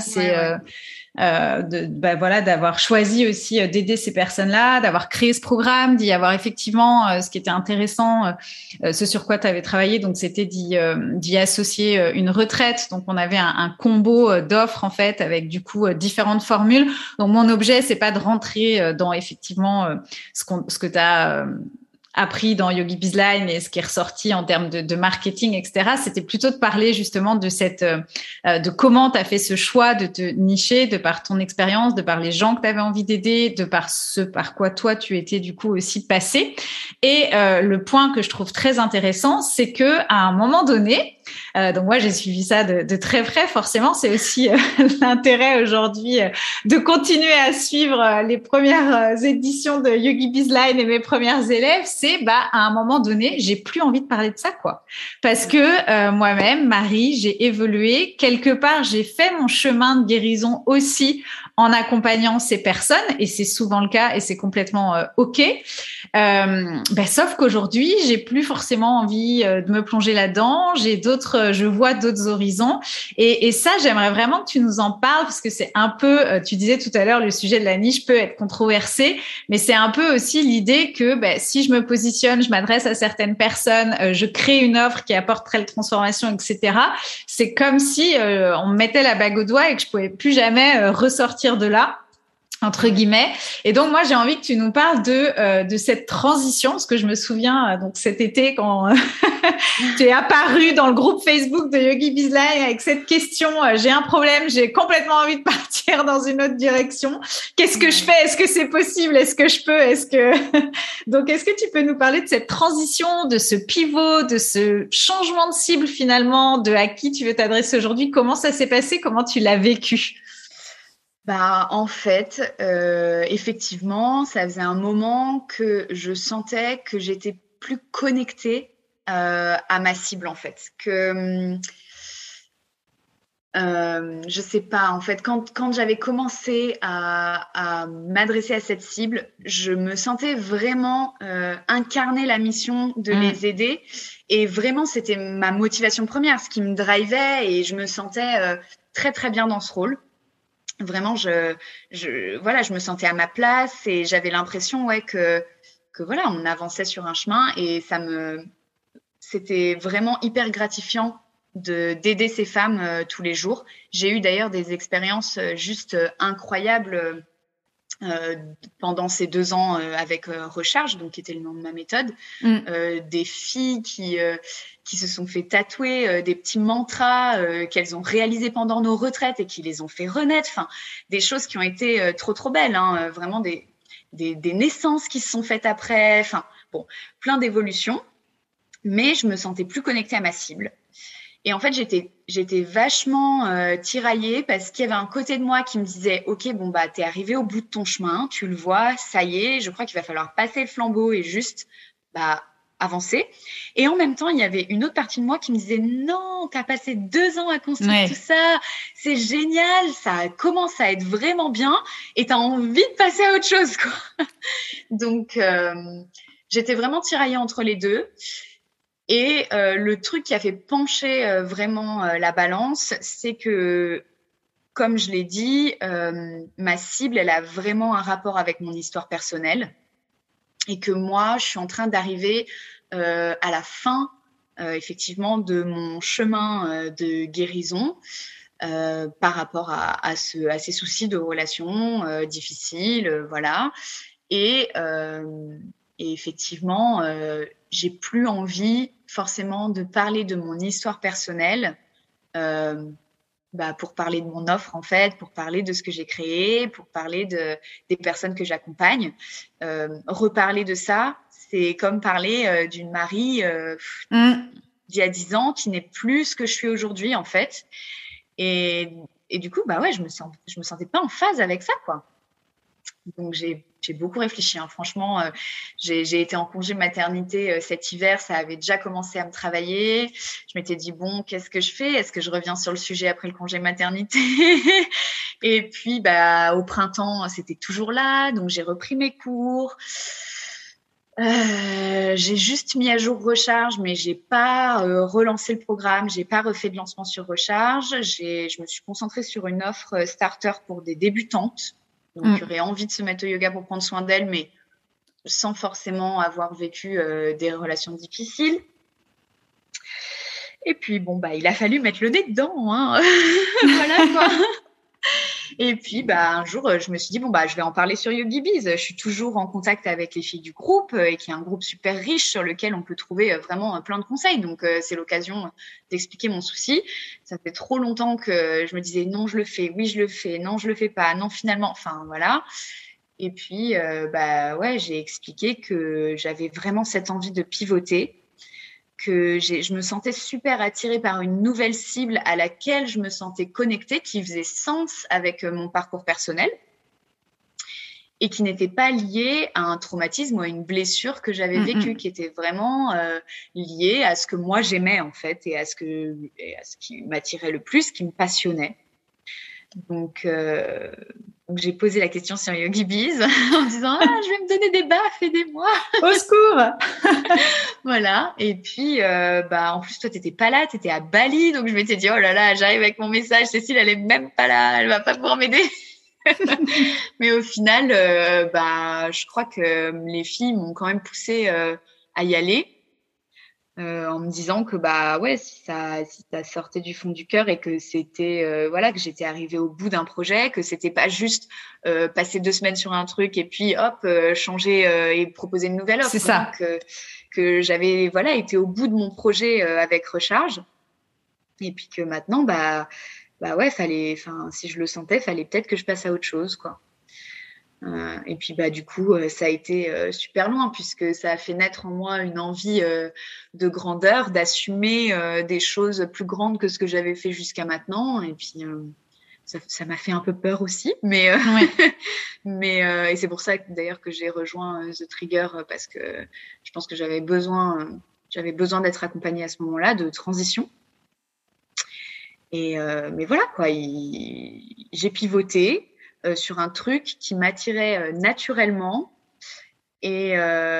D'avoir choisi aussi d'aider ces personnes-là, d'avoir créé ce programme, d'y avoir effectivement ce qui était intéressant, ce sur quoi tu avais travaillé, donc c'était d'y associer une retraite. Donc on avait un combo d'offres en fait avec du coup différentes formules. Donc mon objet, c'est pas de rentrer dans effectivement ce que tu as appris dans Yogi Bizline et ce qui est ressorti en termes de marketing, etc. C'était plutôt de parler justement de de comment tu as fait ce choix de te nicher, de par ton expérience, de par les gens que tu avais envie d'aider, de par ce par quoi toi tu étais du coup aussi passé. Et le point que je trouve très intéressant, c'est que à un moment donné, donc moi j'ai suivi ça de très près, forcément, c'est aussi l'intérêt aujourd'hui de continuer à suivre les premières éditions de Yogi Bizline et mes premières élèves. C'est à un moment donné, j'ai plus envie de parler de ça, quoi, parce que moi-même, Marie, j'ai évolué quelque part, j'ai fait mon chemin de guérison aussi en accompagnant ces personnes, et c'est souvent le cas et c'est complètement ok. Sauf qu'aujourd'hui, j'ai plus forcément envie de me plonger là-dedans. Je vois d'autres horizons, et ça, j'aimerais vraiment que tu nous en parles, parce que c'est un peu, tu disais tout à l'heure, le sujet de la niche peut être controversé, mais c'est un peu aussi l'idée que si je me positionne, je m'adresse à certaines personnes, je crée une offre qui apporterait la transformation, etc. C'est comme si on me mettait la bague au doigt et que je pouvais plus jamais ressortir de là, entre guillemets. Et donc moi j'ai envie que tu nous parles de cette transition, parce que je me souviens donc cet été quand tu es apparu dans le groupe Facebook de Yogi Bizline avec cette question, j'ai un problème, j'ai complètement envie de partir dans une autre direction, qu'est-ce que je fais, est-ce que c'est possible, est-ce que je peux, donc est-ce que tu peux nous parler de cette transition, de ce pivot, de ce changement de cible finalement, de à qui tu veux t'adresser aujourd'hui, comment ça s'est passé, comment tu l'as vécu? En fait, effectivement, ça faisait un moment que je sentais que j'étais plus connectée à ma cible, en fait. Je sais pas, en fait, quand j'avais commencé à m'adresser à cette cible, je me sentais vraiment incarner la mission de les aider. Et vraiment, c'était ma motivation première, ce qui me drivait, et je me sentais très, très bien dans ce rôle. Vraiment, je me sentais à ma place, et j'avais l'impression que voilà, on avançait sur un chemin, et c'était vraiment hyper gratifiant d'aider ces femmes tous les jours. J'ai eu d'ailleurs des expériences juste incroyables pendant ces 2 ans avec Recharge, donc qui était le nom de ma méthode. Des filles qui se sont fait tatouer des petits mantras qu'elles ont réalisés pendant nos retraites et qui les ont fait renaître. Enfin, des choses qui ont été trop, trop belles, hein, vraiment des naissances qui se sont faites après. Enfin, bon, plein d'évolutions. Mais je me sentais plus connectée à ma cible. Et en fait, j'étais vachement tiraillée, parce qu'il y avait un côté de moi qui me disait « Ok, t'es arrivé au bout de ton chemin, tu le vois, ça y est, je crois qu'il va falloir passer le flambeau et juste avancer. » Et en même temps, il y avait une autre partie de moi qui me disait « Non, t'as passé 2 ans à construire tout ça, c'est génial, ça commence à être vraiment bien et t'as envie de passer à autre chose, quoi. » Donc, j'étais vraiment tiraillée entre les deux. Et le truc qui a fait pencher vraiment la balance, c'est que, comme je l'ai dit, ma cible, elle a vraiment un rapport avec mon histoire personnelle, et que moi, je suis en train d'arriver à la fin, effectivement, de mon chemin de guérison par rapport à ces soucis de relations difficiles, voilà. Et effectivement, j'ai plus envie, forcément de parler de mon histoire personnelle, pour parler de mon offre en fait, pour parler de ce que j'ai créé, pour parler des personnes que j'accompagne. Reparler de ça, c'est comme parler d'une Marie d'il y a 10 ans qui n'est plus ce que je suis aujourd'hui en fait. Et du coup, je me sentais pas en phase avec ça, quoi. Donc j'ai beaucoup réfléchi, hein. Franchement, j'ai été en congé maternité cet hiver, ça avait déjà commencé à me travailler. Je m'étais dit bon, qu'est-ce que je fais? Est-ce que je reviens sur le sujet après le congé maternité? Et puis au printemps, c'était toujours là, donc j'ai repris mes cours. J'ai juste mis à jour Recharge, mais j'ai pas relancé le programme, j'ai pas refait de lancement sur Recharge. Je me suis concentrée sur une offre starter pour des débutantes, donc qui auraient envie de se mettre au yoga pour prendre soin d'elles, mais sans forcément avoir vécu des relations difficiles. Et puis il a fallu mettre le nez dedans, hein. Voilà quoi. Et puis, un jour, je me suis dit, je vais en parler sur YogiBiz. Je suis toujours en contact avec les filles du groupe et qui est un groupe super riche sur lequel on peut trouver vraiment plein de conseils. Donc, c'est l'occasion d'expliquer mon souci. Ça fait trop longtemps que je me disais, non, je le fais, oui, je le fais, non, je le fais pas, non, finalement, enfin, voilà. Et puis, j'ai expliqué que j'avais vraiment cette envie de pivoter, que je me sentais super attirée par une nouvelle cible à laquelle je me sentais connectée, qui faisait sens avec mon parcours personnel et qui n'était pas liée à un traumatisme ou à une blessure que j'avais vécue, qui était vraiment liée à ce que moi j'aimais en fait et à ce qui m'attirait le plus, qui me passionnait. Donc j'ai posé la question sur YogiBiz en disant je vais me donner des baffes, aidez-moi. Au secours. Voilà. Et puis en plus toi t'étais pas là, t'étais à Bali, donc je m'étais dit oh là là, j'arrive avec mon message, Cécile elle est même pas là, elle va pas pouvoir m'aider. Mais au final je crois que les filles m'ont quand même poussée à y aller. En me disant que si ça sortait du fond du cœur et que c'était que j'étais arrivée au bout d'un projet, que c'était pas juste passer 2 semaines sur un truc et puis hop changer et proposer une nouvelle offre. C'est ça. Donc, que j'avais été au bout de mon projet avec Recharge et puis que maintenant fallait, enfin si je le sentais, fallait peut-être que je passe à autre chose, quoi. Et puis du coup ça a été super loin puisque ça a fait naître en moi une envie de grandeur, d'assumer des choses plus grandes que ce que j'avais fait jusqu'à maintenant. Et puis ça m'a fait un peu peur aussi, mais et c'est pour ça d'ailleurs que j'ai rejoint The Trigger, parce que je pense que j'avais besoin d'être accompagnée à ce moment-là de transition. Et mais voilà quoi, j'ai pivoté sur un truc qui m'attirait naturellement et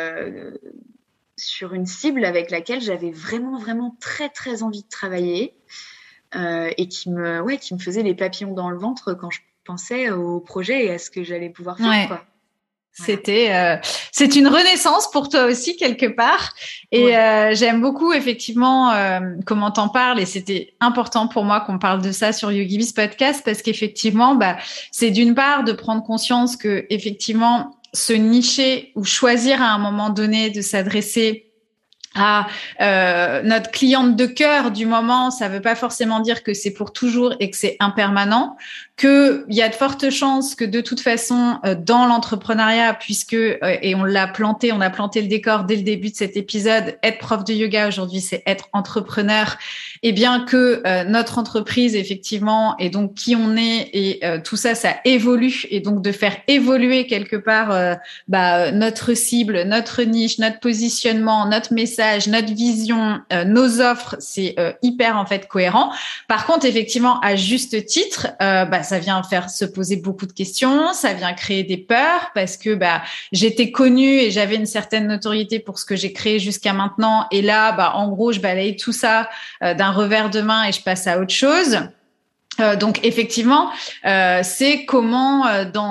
sur une cible avec laquelle j'avais vraiment, vraiment très, très envie de travailler et qui me faisait les papillons dans le ventre quand je pensais au projet et à ce que j'allais pouvoir faire, quoi. C'est une renaissance pour toi aussi quelque part et j'aime beaucoup effectivement comment t'en parles et c'était important pour moi qu'on parle de ça sur YogiBiz Podcast parce qu'effectivement c'est d'une part de prendre conscience que effectivement se nicher ou choisir à un moment donné de s'adresser à notre cliente de cœur du moment, ça veut pas forcément dire que c'est pour toujours et que c'est impermanent, que il y a de fortes chances que de toute façon dans l'entrepreneuriat, puisque et on a planté le décor dès le début de cet épisode, être prof de yoga aujourd'hui c'est être entrepreneur, et bien que notre entreprise effectivement et donc qui on est et tout ça évolue et donc de faire évoluer quelque part notre cible, notre niche, notre positionnement, notre message, notre vision, nos offres, c'est hyper en fait cohérent. Par contre, effectivement, à juste titre, ça vient faire se poser beaucoup de questions, ça vient créer des peurs parce que j'étais connue et j'avais une certaine notoriété pour ce que j'ai créé jusqu'à maintenant. Et là, en gros, je balaye tout ça d'un revers de main et je passe à autre chose. Donc effectivement, c'est comment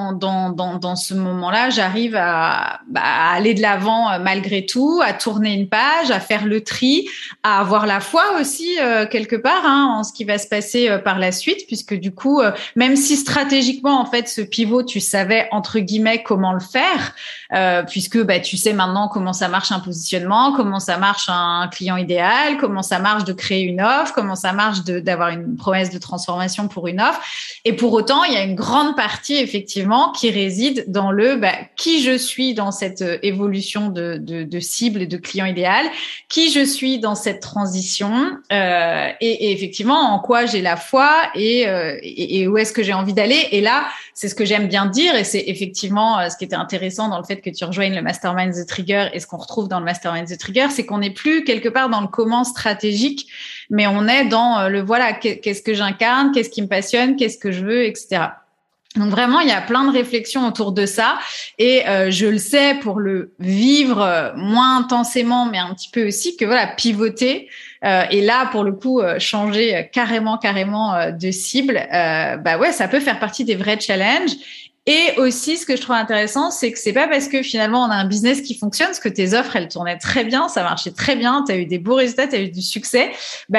dans ce moment-là, j'arrive à aller de l'avant malgré tout, à tourner une page, à faire le tri, à avoir la foi aussi quelque part en ce qui va se passer par la suite, puisque du coup, même si stratégiquement en fait ce pivot, tu savais entre guillemets comment le faire, puisque tu sais maintenant comment ça marche un positionnement, comment ça marche un client idéal, comment ça marche de créer une offre, comment ça marche d'avoir une promesse de transformation pour une offre. Et pour autant, il y a une grande partie effectivement qui réside dans qui je suis dans cette évolution de cible et de client idéal, qui je suis dans cette transition et effectivement en quoi j'ai la foi et où est-ce que j'ai envie d'aller. Et là, c'est ce que j'aime bien dire et c'est effectivement ce qui était intéressant dans le fait que tu rejoignes le Mastermind The Trigger et ce qu'on retrouve dans le Mastermind The Trigger, c'est qu'on n'est plus quelque part dans le comment stratégique, mais on est dans le voilà, qu'est-ce que j'incarne, qu'est-ce qui me passionne, qu'est-ce que je veux, etc. Donc vraiment, il y a plein de réflexions autour de ça et je le sais pour le vivre moins intensément, mais un petit peu aussi que voilà, pivoter et là pour le coup changer carrément de cible, ouais, ça peut faire partie des vrais challenges. Et aussi, ce que je trouve intéressant, c'est que c'est pas parce que finalement on a un business qui fonctionne, parce que tes offres elles tournaient très bien, ça marchait très bien, tu as eu des beaux résultats, tu as eu du succès,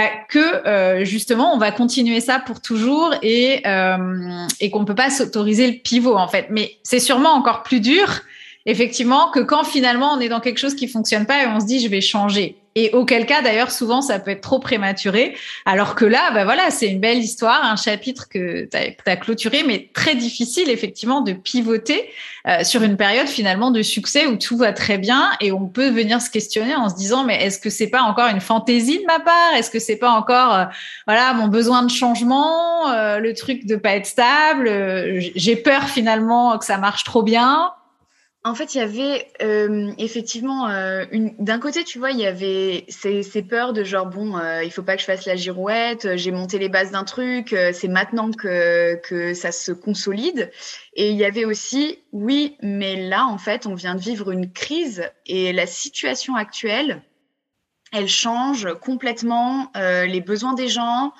que justement on va continuer ça pour toujours et qu'on peut pas s'autoriser le pivot en fait. Mais c'est sûrement encore plus dur, effectivement, que quand finalement on est dans quelque chose qui fonctionne pas et on se dit je vais changer. Et auquel cas, d'ailleurs, souvent, ça peut être trop prématuré. Alors que là, voilà, c'est une belle histoire, un chapitre que t'as clôturé, mais très difficile, effectivement, de pivoter sur une période, finalement, de succès où tout va très bien et on peut venir se questionner en se disant, mais est-ce que c'est pas encore une fantaisie de ma part? Est-ce que c'est pas encore, voilà, mon besoin de changement, le truc de pas être stable? J'ai peur, finalement, que ça marche trop bien. En fait, il y avait effectivement d'un côté, tu vois, il y avait ces peurs de genre bon, il faut pas que je fasse la girouette, j'ai monté les bases d'un truc, c'est maintenant que ça se consolide. Et il y avait aussi oui, mais là en fait, on vient de vivre une crise et la situation actuelle, elle change complètement les besoins des gens.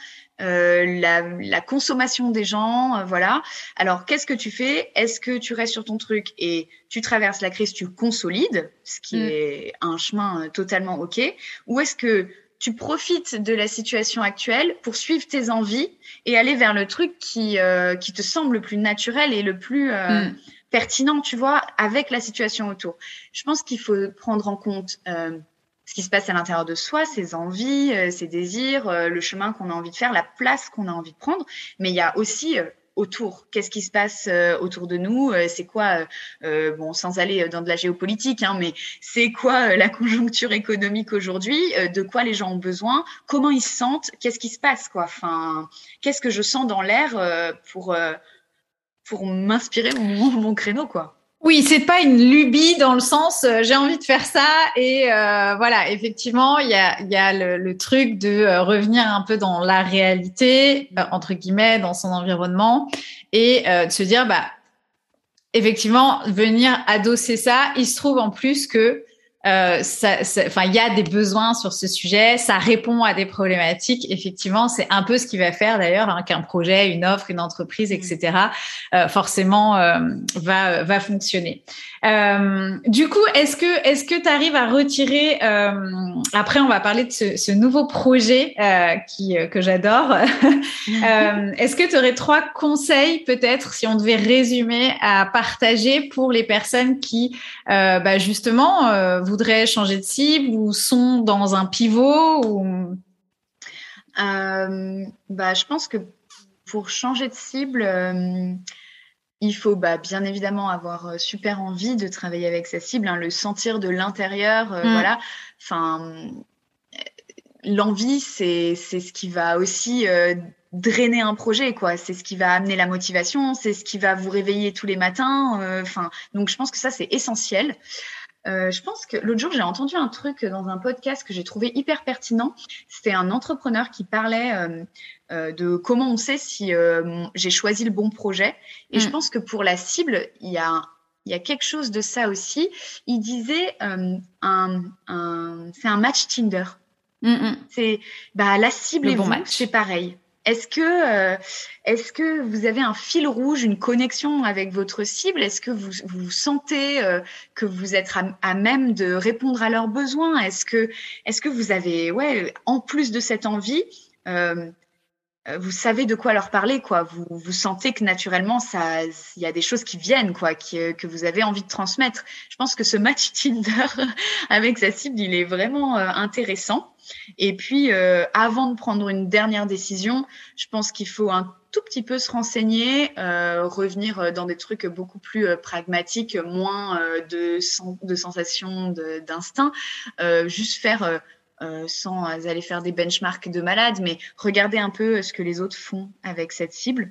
La consommation des gens, voilà. Alors, qu'est-ce que tu fais? Est-ce que tu restes sur ton truc et tu traverses la crise, tu consolides, ce qui est un chemin totalement OK, ou est-ce que tu profites de la situation actuelle pour suivre tes envies et aller vers le truc qui te semble le plus naturel et le plus pertinent, tu vois, avec la situation autour? Je pense qu'il faut prendre en compte ce qui se passe à l'intérieur de soi, ses envies, ses désirs, le chemin qu'on a envie de faire, la place qu'on a envie de prendre. Mais il y a aussi autour. Qu'est-ce qui se passe autour de nous? C'est quoi, bon, sans aller dans de la géopolitique, hein, mais c'est quoi la conjoncture économique aujourd'hui? De quoi les gens ont besoin? Comment ils se sentent? Qu'est-ce qui se passe, quoi? Enfin, qu'est-ce que je sens dans l'air pour m'inspirer mon créneau, quoi? Oui, c'est pas une lubie dans le sens j'ai envie de faire ça et voilà, effectivement, il y a le truc de revenir un peu dans la réalité entre guillemets dans son environnement et de se dire effectivement venir adosser ça. Il se trouve en plus que il y a des besoins sur ce sujet, ça répond à des problématiques. Effectivement, c'est un peu ce qui va faire d'ailleurs qu'un projet, une offre, une entreprise, etc. Forcément va fonctionner. Du coup, est-ce que tu arrives à retirer après on va parler de ce nouveau projet que j'adore. Est-ce que tu aurais 3 conseils peut-être si on devait résumer à partager pour les personnes qui justement voudraient changer de cible ou sont dans un pivot ou... Je pense que pour changer de cible, il faut bien évidemment avoir super envie de travailler avec sa cible, hein, le sentir de l'intérieur, voilà. Enfin, l'envie, c'est ce qui va aussi drainer un projet, quoi. C'est ce qui va amener la motivation, c'est ce qui va vous réveiller tous les matins. Donc je pense que ça, c'est essentiel. Je pense que l'autre jour, j'ai entendu un truc dans un podcast que j'ai trouvé hyper pertinent. C'était un entrepreneur qui parlait de comment on sait si j'ai choisi le bon projet. Et je pense que pour la cible, il y a quelque chose de ça aussi. Il disait c'est un match Tinder. C'est la cible et vous, c'est pareil. Est-ce que vous avez un fil rouge, une connexion avec votre cible? Est-ce que vous sentez que vous êtes à même de répondre à leurs besoins? Est-ce que vous avez, en plus de cette envie, vous savez de quoi leur parler, quoi. Vous sentez que naturellement, il y a des choses qui viennent, quoi, que vous avez envie de transmettre. Je pense que ce match Tinder avec sa cible, il est vraiment intéressant. Et puis, avant de prendre une dernière décision, je pense qu'il faut un tout petit peu se renseigner, revenir dans des trucs beaucoup plus pragmatiques, moins de sensations, d'instinct, juste faire sans aller faire des benchmarks de malades, mais regarder un peu ce que les autres font avec cette cible,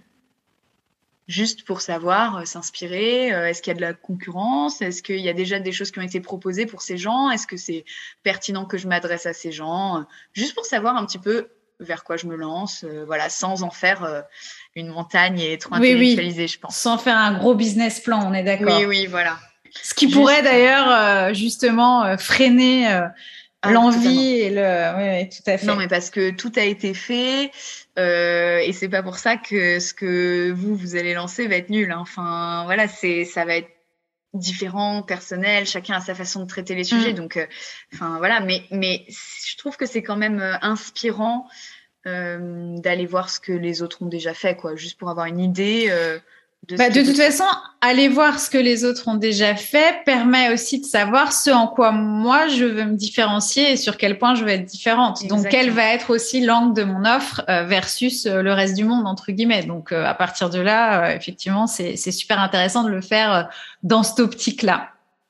juste pour savoir, s'inspirer. Est-ce qu'il y a de la concurrence? Est-ce qu'il y a déjà des choses qui ont été proposées pour ces gens? Est-ce que c'est pertinent que je m'adresse à ces gens? Juste pour savoir un petit peu vers quoi je me lance, voilà, sans en faire une montagne et trop intellectualiser, je pense. Sans faire un gros business plan, on est d'accord. Oui, voilà. Ce qui pourrait d'ailleurs justement freiner l'envie totalement. Oui, tout à fait. Non, mais parce que tout a été fait et c'est pas pour ça que ce que vous allez lancer va être nul. Hein. Enfin, voilà, ça va être différent, personnel. Chacun a sa façon de traiter les sujets. Donc, enfin voilà. Mais je trouve que c'est quand même inspirant d'aller voir ce que les autres ont déjà fait, quoi, juste pour avoir une idée. De toute façon, aller voir ce que les autres ont déjà fait permet aussi de savoir ce en quoi moi je veux me différencier et sur quel point je veux être différente. Exactement. Donc, quel va être aussi l'angle de mon offre versus le reste du monde, entre guillemets. Donc, à partir de là, effectivement, c'est super intéressant de le faire dans cette optique-là.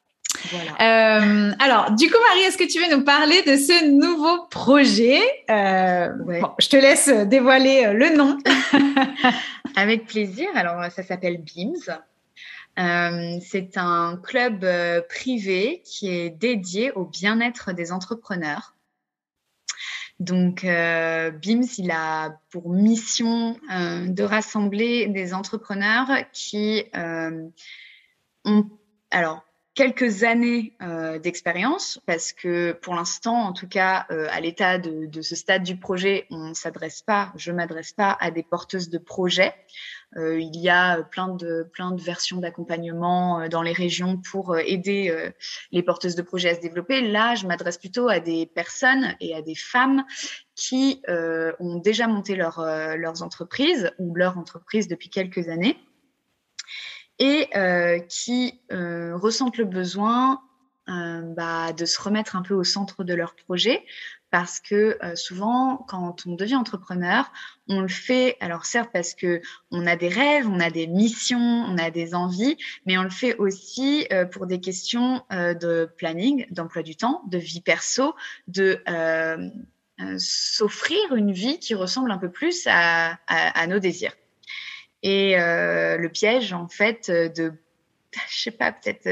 Voilà. Alors, du coup, Marie, est-ce que tu veux nous parler de ce nouveau projet? Bon, je te laisse dévoiler le nom. Avec plaisir. Alors, ça s'appelle Beams. C'est un club privé qui est dédié au bien-être des entrepreneurs. Donc, Beams, il a pour mission de rassembler des entrepreneurs qui ont... Alors, quelques années d'expérience, parce que pour l'instant, en tout cas, à l'état de ce stade du projet, je m'adresse pas à des porteuses de projets. Il y a plein de versions d'accompagnement dans les régions pour aider les porteuses de projets à se développer. Là, je m'adresse plutôt à des personnes et à des femmes qui ont déjà monté leurs entreprises ou leur entreprise depuis quelques années, et qui ressentent le besoin de se remettre un peu au centre de leur projet, parce que souvent, quand on devient entrepreneur, on le fait, alors certes parce que on a des rêves, on a des missions, on a des envies, mais on le fait aussi pour des questions de planning, d'emploi du temps, de vie perso, de s'offrir une vie qui ressemble un peu plus à nos désirs. Et le piège, en fait, de, je sais pas, peut-être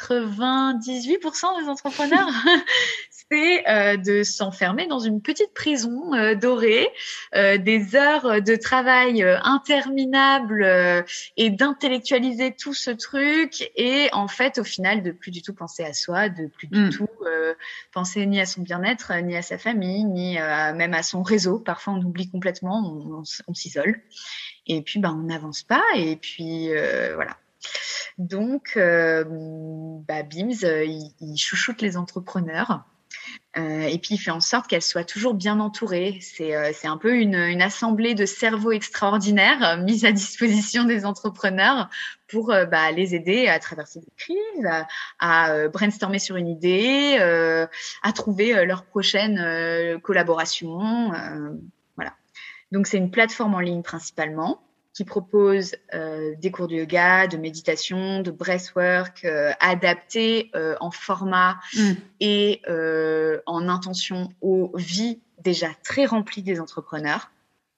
98% des entrepreneurs, c'est de s'enfermer dans une petite prison dorée, des heures de travail interminables et d'intellectualiser tout ce truc, et en fait, au final, de plus du tout penser à soi, de plus du tout penser ni à son bien-être, ni à sa famille, ni même à son réseau. Parfois, on oublie complètement, on s'isole. Et puis, on n'avance pas. Et puis, voilà. Donc, Beams, il chouchoute les entrepreneurs. Et puis, il fait en sorte qu'elles soient toujours bien entourées. C'est un peu une assemblée de cerveaux extraordinaires mise à disposition des entrepreneurs pour les aider à traverser des crises, à brainstormer sur une idée, à trouver leur prochaine collaboration. Voilà. Donc, c'est une plateforme en ligne principalement qui propose des cours de yoga, de méditation, de breathwork adaptés en format et en intention aux vies déjà très remplies des entrepreneurs.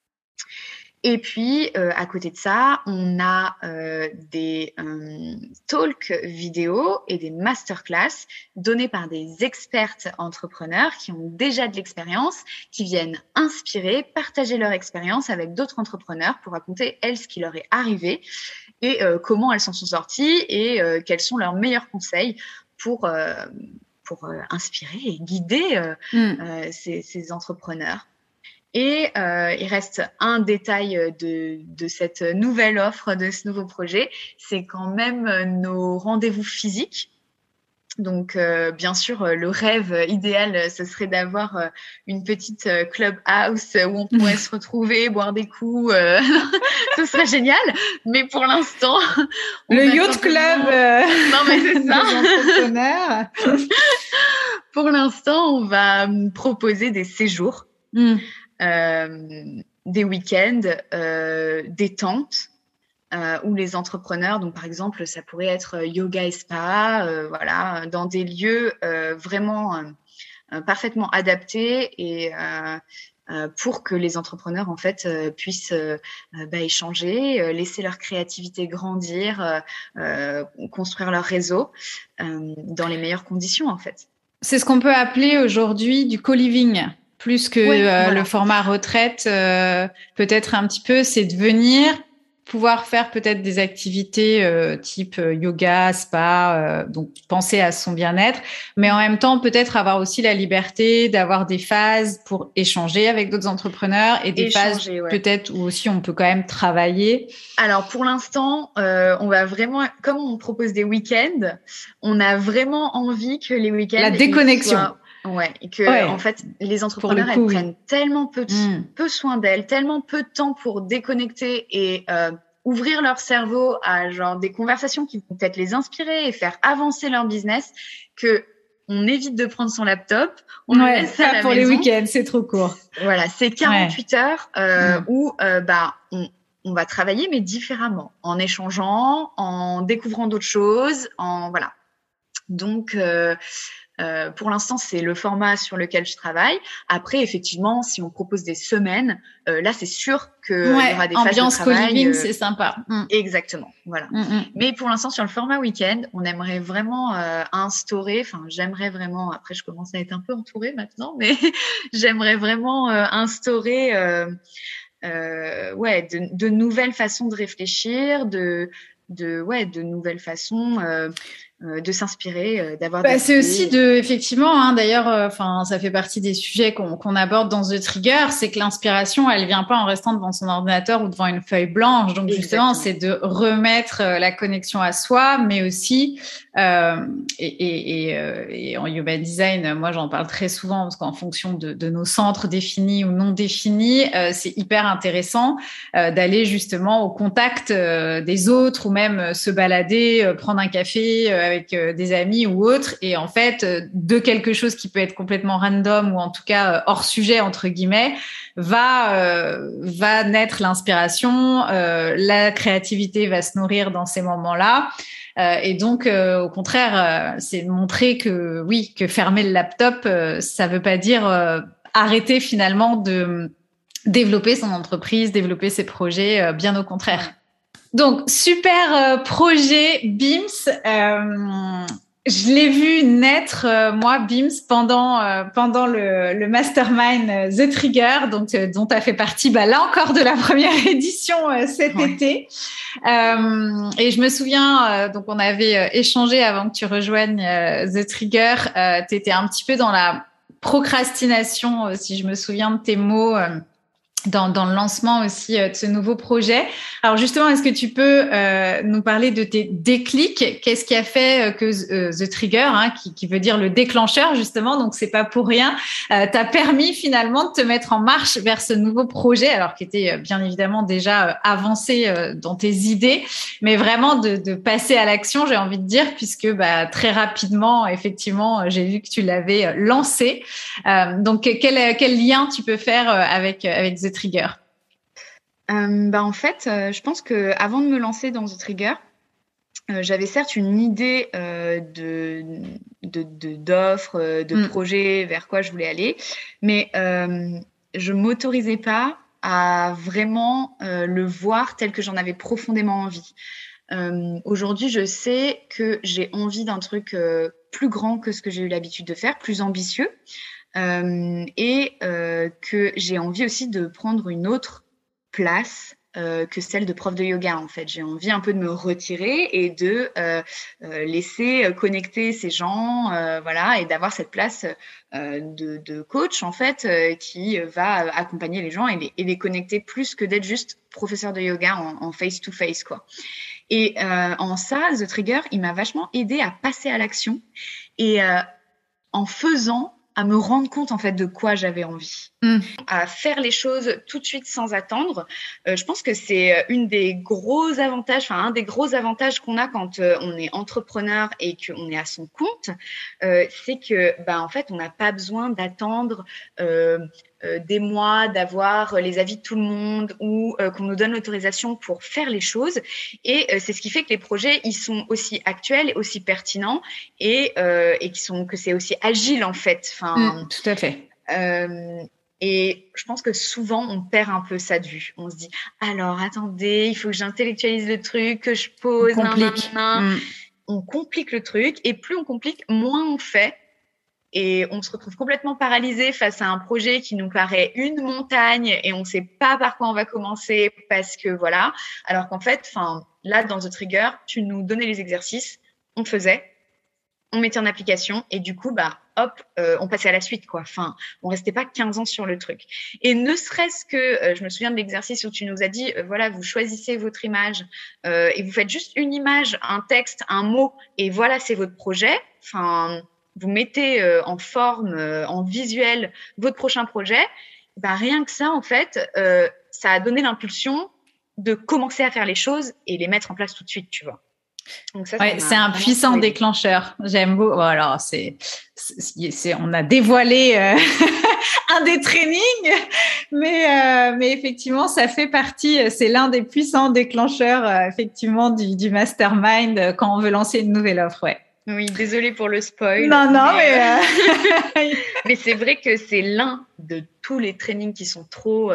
Et puis, à côté de ça, on a des talks vidéo et des masterclass donnés par des expertes entrepreneurs qui ont déjà de l'expérience, qui viennent inspirer, partager leur expérience avec d'autres entrepreneurs pour raconter, elles, ce qui leur est arrivé et comment elles s'en sont sorties et quels sont leurs meilleurs conseils pour inspirer et guider ces entrepreneurs. Et il reste un détail de cette nouvelle offre, de ce nouveau projet, c'est quand même nos rendez-vous physiques. Donc, bien sûr, le rêve idéal, ce serait d'avoir une petite clubhouse où on pourrait se retrouver, boire des coups. Ce serait génial. Mais pour l'instant, le yacht club. Non, mais c'est ça. Des entrepreneurs. Pour l'instant, on va proposer des séjours, des week-ends, des tentes. Où les entrepreneurs, donc par exemple, ça pourrait être yoga et spa, voilà, dans des lieux vraiment parfaitement adaptés et pour que les entrepreneurs en fait puissent échanger, laisser leur créativité grandir, construire leur réseau dans les meilleures conditions en fait. C'est ce qu'on peut appeler aujourd'hui du co-living. Plus que voilà. Le format retraite, peut-être un petit peu, c'est de venir pouvoir faire peut-être des activités type yoga, spa, donc penser à son bien-être, mais en même temps peut-être avoir aussi la liberté d'avoir des phases pour échanger avec d'autres entrepreneurs et des phases peut-être où aussi on peut quand même travailler. Alors pour l'instant, on va vraiment, comme on propose des week-ends, on a vraiment envie que les week-ends... La déconnexion. Ouais, et que en fait les entrepreneurs elles prennent tellement peu soin d'elles, tellement peu de temps pour déconnecter et ouvrir leur cerveau à genre des conversations qui vont peut-être les inspirer et faire avancer leur business, que on évite de prendre son laptop, on le laisse à la pour maison. Les week-ends, c'est trop court. Voilà, c'est 48 heures où on va travailler mais différemment, en échangeant, en découvrant d'autres choses, en voilà. Donc pour l'instant, c'est le format sur lequel je travaille. Après, effectivement, si on propose des semaines, là, c'est sûr qu'il y aura des phases de travail. Ambiance co-living, c'est sympa. Exactement, voilà. Mais pour l'instant, sur le format week-end, on aimerait vraiment instaurer, enfin, j'aimerais vraiment, après, je commence à être un peu entourée maintenant, mais j'aimerais vraiment instaurer de nouvelles façons de réfléchir, de nouvelles façons de s'inspirer, d'avoir. C'est aussi effectivement, d'ailleurs, ça fait partie des sujets qu'on aborde dans The Trigger, c'est que l'inspiration, elle vient pas en restant devant son ordinateur ou devant une feuille blanche. Donc justement, c'est de remettre la connexion à soi, mais aussi et en Human Design, moi j'en parle très souvent parce qu'en fonction de nos centres définis ou non définis, c'est hyper intéressant d'aller justement au contact des autres ou même se balader, prendre un café avec des amis ou autres, et en fait de quelque chose qui peut être complètement random ou en tout cas hors sujet entre guillemets va naître l'inspiration, la créativité va se nourrir dans ces moments-là, et donc au contraire c'est de montrer que oui, que fermer le laptop ça veut pas dire arrêter finalement de développer son entreprise, développer ses projets, bien au contraire. Donc, super projet BIMS. Je l'ai vu naître, moi, BIMS, pendant le mastermind The Trigger, donc dont tu as fait partie, là encore, de la première édition cet été. Et je me souviens, donc on avait échangé avant que tu rejoignes The Trigger. Tu étais un petit peu dans la procrastination, si je me souviens de tes mots. Dans le lancement aussi de ce nouveau projet. Alors justement, est-ce que tu peux nous parler de tes déclics? Qu'est-ce qui a fait que The Trigger, qui veut dire le déclencheur justement, donc c'est pas pour rien, t'a permis finalement de te mettre en marche vers ce nouveau projet, alors qui était bien évidemment déjà avancé dans tes idées, mais vraiment de passer à l'action, j'ai envie de dire, puisque très rapidement, effectivement, j'ai vu que tu l'avais lancé. Donc quel lien tu peux faire avec The Trigger? En fait, je pense que avant de me lancer dans The Trigger, j'avais certes une idée d'offres, de projets vers quoi je voulais aller, mais je m'autorisais pas à vraiment le voir tel que j'en avais profondément envie. Aujourd'hui, je sais que j'ai envie d'un truc plus grand que ce que j'ai eu l'habitude de faire, plus ambitieux. Et que j'ai envie aussi de prendre une autre place que celle de prof de yoga, en fait. J'ai envie un peu de me retirer et de laisser connecter ces gens, voilà, et d'avoir cette place de coach, en fait, qui va accompagner les gens et les connecter plus que d'être juste professeur de yoga en face-to-face, quoi. Et en ça, The Trigger, il m'a vachement aidé à passer à l'action et en faisant, à me rendre compte en fait de quoi j'avais envie, à faire les choses tout de suite sans attendre. Je pense que c'est un des gros avantages qu'on a quand on est entrepreneur et qu'on est à son compte, c'est que en fait on n'a pas besoin d'attendre des mois, d'avoir les avis de tout le monde ou qu'on nous donne l'autorisation pour faire les choses. Et c'est ce qui fait que les projets, ils sont aussi actuels, aussi pertinents et que c'est aussi agile en fait. Tout à fait. Et je pense que souvent, on perd un peu ça de vue. On se dit, alors attendez, il faut que j'intellectualise le truc, que je pose. On complique le truc et plus on complique, moins on fait. Et on se retrouve complètement paralysé face à un projet qui nous paraît une montagne et on ne sait pas par quoi on va commencer parce que voilà. Alors qu'en fait, là, dans The Trigger, tu nous donnais les exercices, on faisait, on mettait en application et du coup, hop, on passait à la suite, quoi. On restait pas 15 ans sur le truc. Et ne serait-ce que, je me souviens de l'exercice où tu nous as dit, voilà, vous choisissez votre image et vous faites juste une image, un texte, un mot et voilà, c'est votre projet. Vous mettez en forme, en visuel, votre prochain projet, rien que ça, en fait, ça a donné l'impulsion de commencer à faire les choses et les mettre en place tout de suite, tu vois. Donc ça c'est un puissant déclencheur. J'aime beaucoup. Bon, alors, on a dévoilé un des trainings, mais effectivement, ça fait partie. C'est l'un des puissants déclencheurs, effectivement, du mastermind quand on veut lancer une nouvelle offre. Ouais. Oui, désolée pour le spoil. Non, mais mais c'est vrai que c'est l'un de tous les trainings qui sont trop,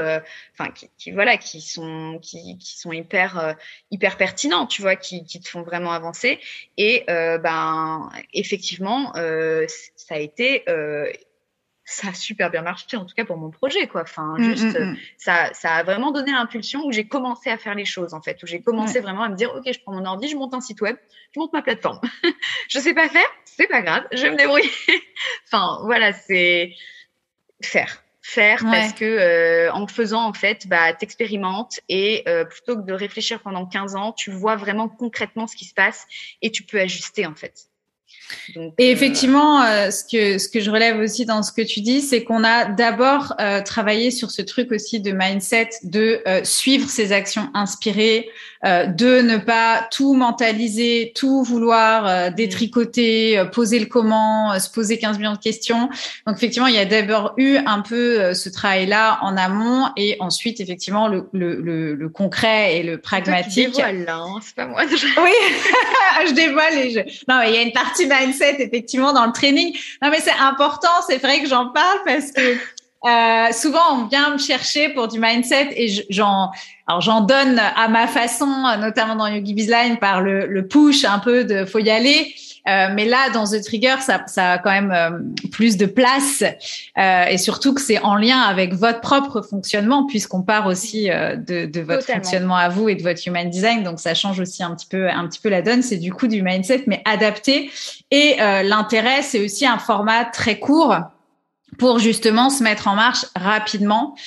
qui sont hyper pertinents, tu vois, qui te font vraiment avancer. Et effectivement, ça a été ça a super bien marché, en tout cas pour mon projet, quoi. Ça a vraiment donné l'impulsion où j'ai commencé à faire les choses, en fait, où j'ai commencé vraiment à me dire, ok, je prends mon ordi, je monte un site web, je monte ma plateforme. Je sais pas faire, c'est pas grave, je vais me débrouiller. Voilà, c'est faire parce que en faisant, en fait, t'expérimentes et plutôt que de réfléchir pendant 15 ans, tu vois vraiment concrètement ce qui se passe et tu peux ajuster, en fait. Donc, et effectivement, ce que je relève aussi dans ce que tu dis, c'est qu'on a d'abord travaillé sur ce truc aussi de mindset, de suivre ses actions inspirées, de ne pas tout mentaliser, tout vouloir détricoter, poser le comment, se poser 15 millions de questions. Donc effectivement, il y a d'abord eu un peu ce travail-là en amont et ensuite effectivement le concret et le pragmatique. C'est toi qui dévoile, là, hein, c'est pas moi. Oui, je dévoile Non, mais il y a une partie mindset effectivement dans le training. Non, mais c'est important, c'est vrai que j'en parle parce que souvent on vient me chercher pour du mindset et j'en donne à ma façon, notamment dans Yogi Bizline par le push un peu de faut y aller. Mais là, dans The Trigger, ça a quand même plus de place et surtout que c'est en lien avec votre propre fonctionnement puisqu'on part aussi de votre fonctionnement à vous et de votre human design. Donc, ça change aussi un petit peu la donne. C'est du coup du mindset, mais adapté. Et l'intérêt, c'est aussi un format très court pour justement se mettre en marche rapidement.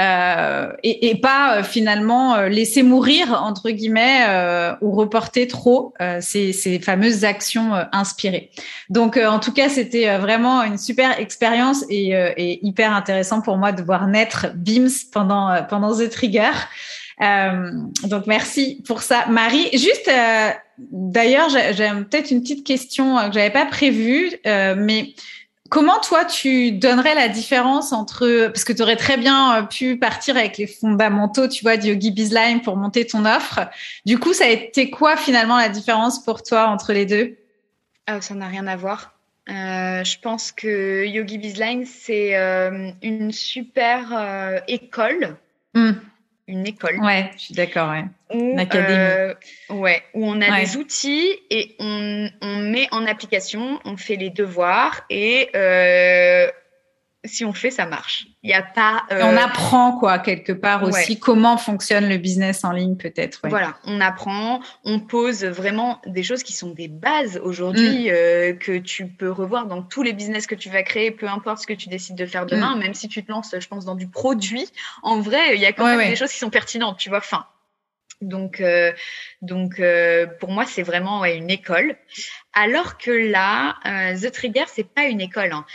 Et pas finalement laisser mourir entre guillemets ou reporter trop ces fameuses actions inspirées. Donc en tout cas c'était vraiment une super expérience et hyper intéressant pour moi de voir naître BIMS pendant The Trigger. Donc merci pour ça, Marie. Juste d'ailleurs j'ai peut-être une petite question que j'avais pas prévue, mais comment toi tu donnerais la différence entre, parce que tu aurais très bien pu partir avec les fondamentaux, tu vois, du Yogi Bizline pour monter ton offre. Du coup, ça a été quoi finalement la différence pour toi entre les deux? Ça n'a rien à voir. Je pense que Yogi Bizline c'est une super école. Une école. Ouais, je suis d'accord. Ouais. Une académie. Où on a des outils et on met en application, on fait les devoirs et si on fait, ça marche. Il y a pas. On apprend quoi quelque part aussi comment fonctionne le business en ligne peut-être. Ouais. Voilà, on apprend, on pose vraiment des choses qui sont des bases aujourd'hui que tu peux revoir dans tous les business que tu vas créer, peu importe ce que tu décides de faire demain, même si tu te lances, je pense, dans du produit. En vrai, il y a quand même des choses qui sont pertinentes, tu vois. Enfin, donc, pour moi, c'est vraiment une école. Alors que là, The Trigger, c'est pas une école, hein.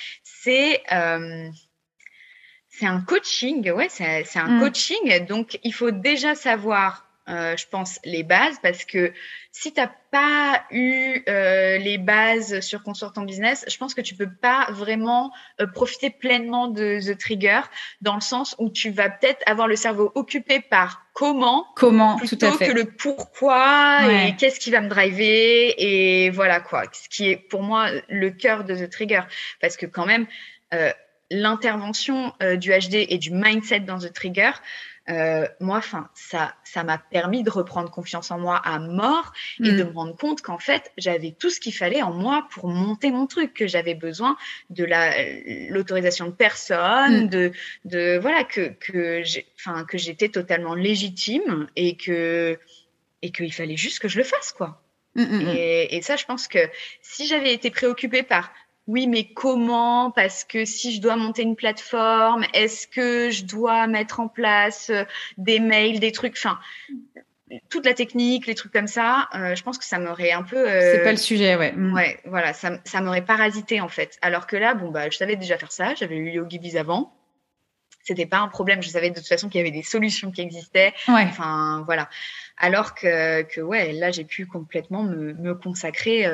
C'est un coaching, c'est un coaching. Donc, il faut déjà savoir, je pense, les bases, parce que si tu n'as pas eu les bases sur construire ton business, je pense que tu peux pas vraiment profiter pleinement de The Trigger, dans le sens où tu vas peut-être avoir le cerveau occupé par comment plutôt tout à fait. que le pourquoi et qu'est-ce qui va me driver, et voilà quoi. Ce qui est pour moi le cœur de The Trigger, parce que quand même, l'intervention du HD et du mindset dans The Trigger, moi, ça m'a permis de reprendre confiance en moi à mort et de me rendre compte qu'en fait, j'avais tout ce qu'il fallait en moi pour monter mon truc, que j'avais besoin de l'autorisation de personne, de voilà, que j'étais totalement légitime et qu'il fallait juste que je le fasse, quoi. Et ça, je pense que si j'avais été préoccupée par oui, mais comment? Parce que si je dois monter une plateforme, est-ce que je dois mettre en place des mails, des trucs, enfin, toute la technique, les trucs comme ça, je pense que ça m'aurait un peu... C'est pas le sujet, Ouais, voilà, ça m'aurait parasité, en fait. Alors que là, je savais déjà faire ça, j'avais eu YogiBiz avant. C'était pas un problème, je savais de toute façon qu'il y avait des solutions qui existaient. Enfin, voilà. Alors que là, j'ai pu complètement me consacrer...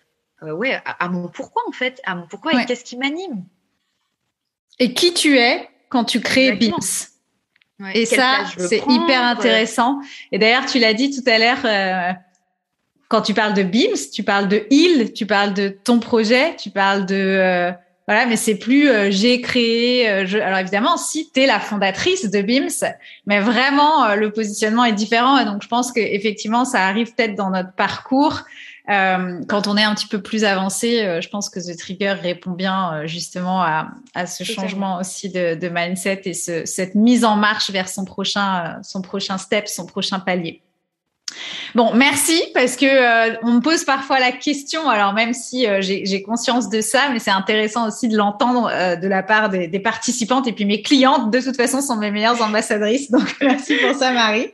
à mon pourquoi, en fait, à mon pourquoi et qu'est-ce qui m'anime. Et qui tu es quand tu crées BIMS. Et ça, c'est hyper intéressant. Et d'ailleurs, tu l'as dit tout à l'heure, quand tu parles de BIMS, tu parles de il, tu parles de ton projet, tu parles de... voilà, mais c'est plus j'ai créé... Alors évidemment, si tu es la fondatrice de BIMS, mais vraiment, le positionnement est différent. Et donc, je pense qu'effectivement, ça arrive peut-être dans notre parcours. Quand on est un petit peu plus avancé, je pense que The Trigger répond bien justement à ce changement aussi de mindset et cette mise en marche vers son prochain step, son prochain palier. Bon, merci, parce que on me pose parfois la question, alors même si j'ai conscience de ça, mais c'est intéressant aussi de l'entendre de la part des participantes, et puis mes clientes de toute façon sont mes meilleures ambassadrices, donc merci pour ça, Marie.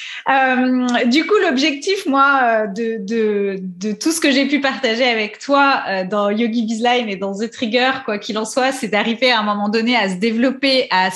Du coup, l'objectif, moi, de tout ce que j'ai pu partager avec toi dans YogiBiz Live et dans The Trigger, quoi qu'il en soit, c'est d'arriver à un moment donné à se développer, à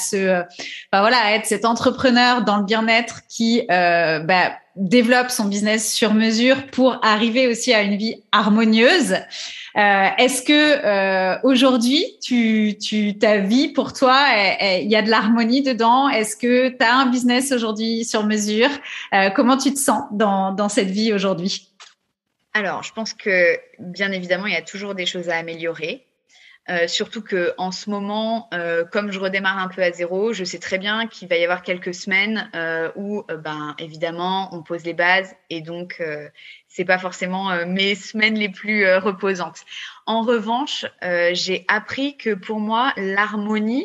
à être cet entrepreneur dans le bien-être qui développe son business sur mesure pour arriver aussi à une vie harmonieuse. Est-ce que aujourd'hui, ta vie pour toi, il y a de l'harmonie dedans? Est-ce que tu as un business aujourd'hui sur mesure? Comment tu te sens dans cette vie aujourd'hui? Alors, je pense que bien évidemment, il y a toujours des choses à améliorer. Surtout que en ce moment, comme je redémarre un peu à zéro, je sais très bien qu'il va y avoir quelques semaines où, évidemment, on pose les bases, et donc c'est pas forcément mes semaines les plus reposantes. En revanche, j'ai appris que pour moi, l'harmonie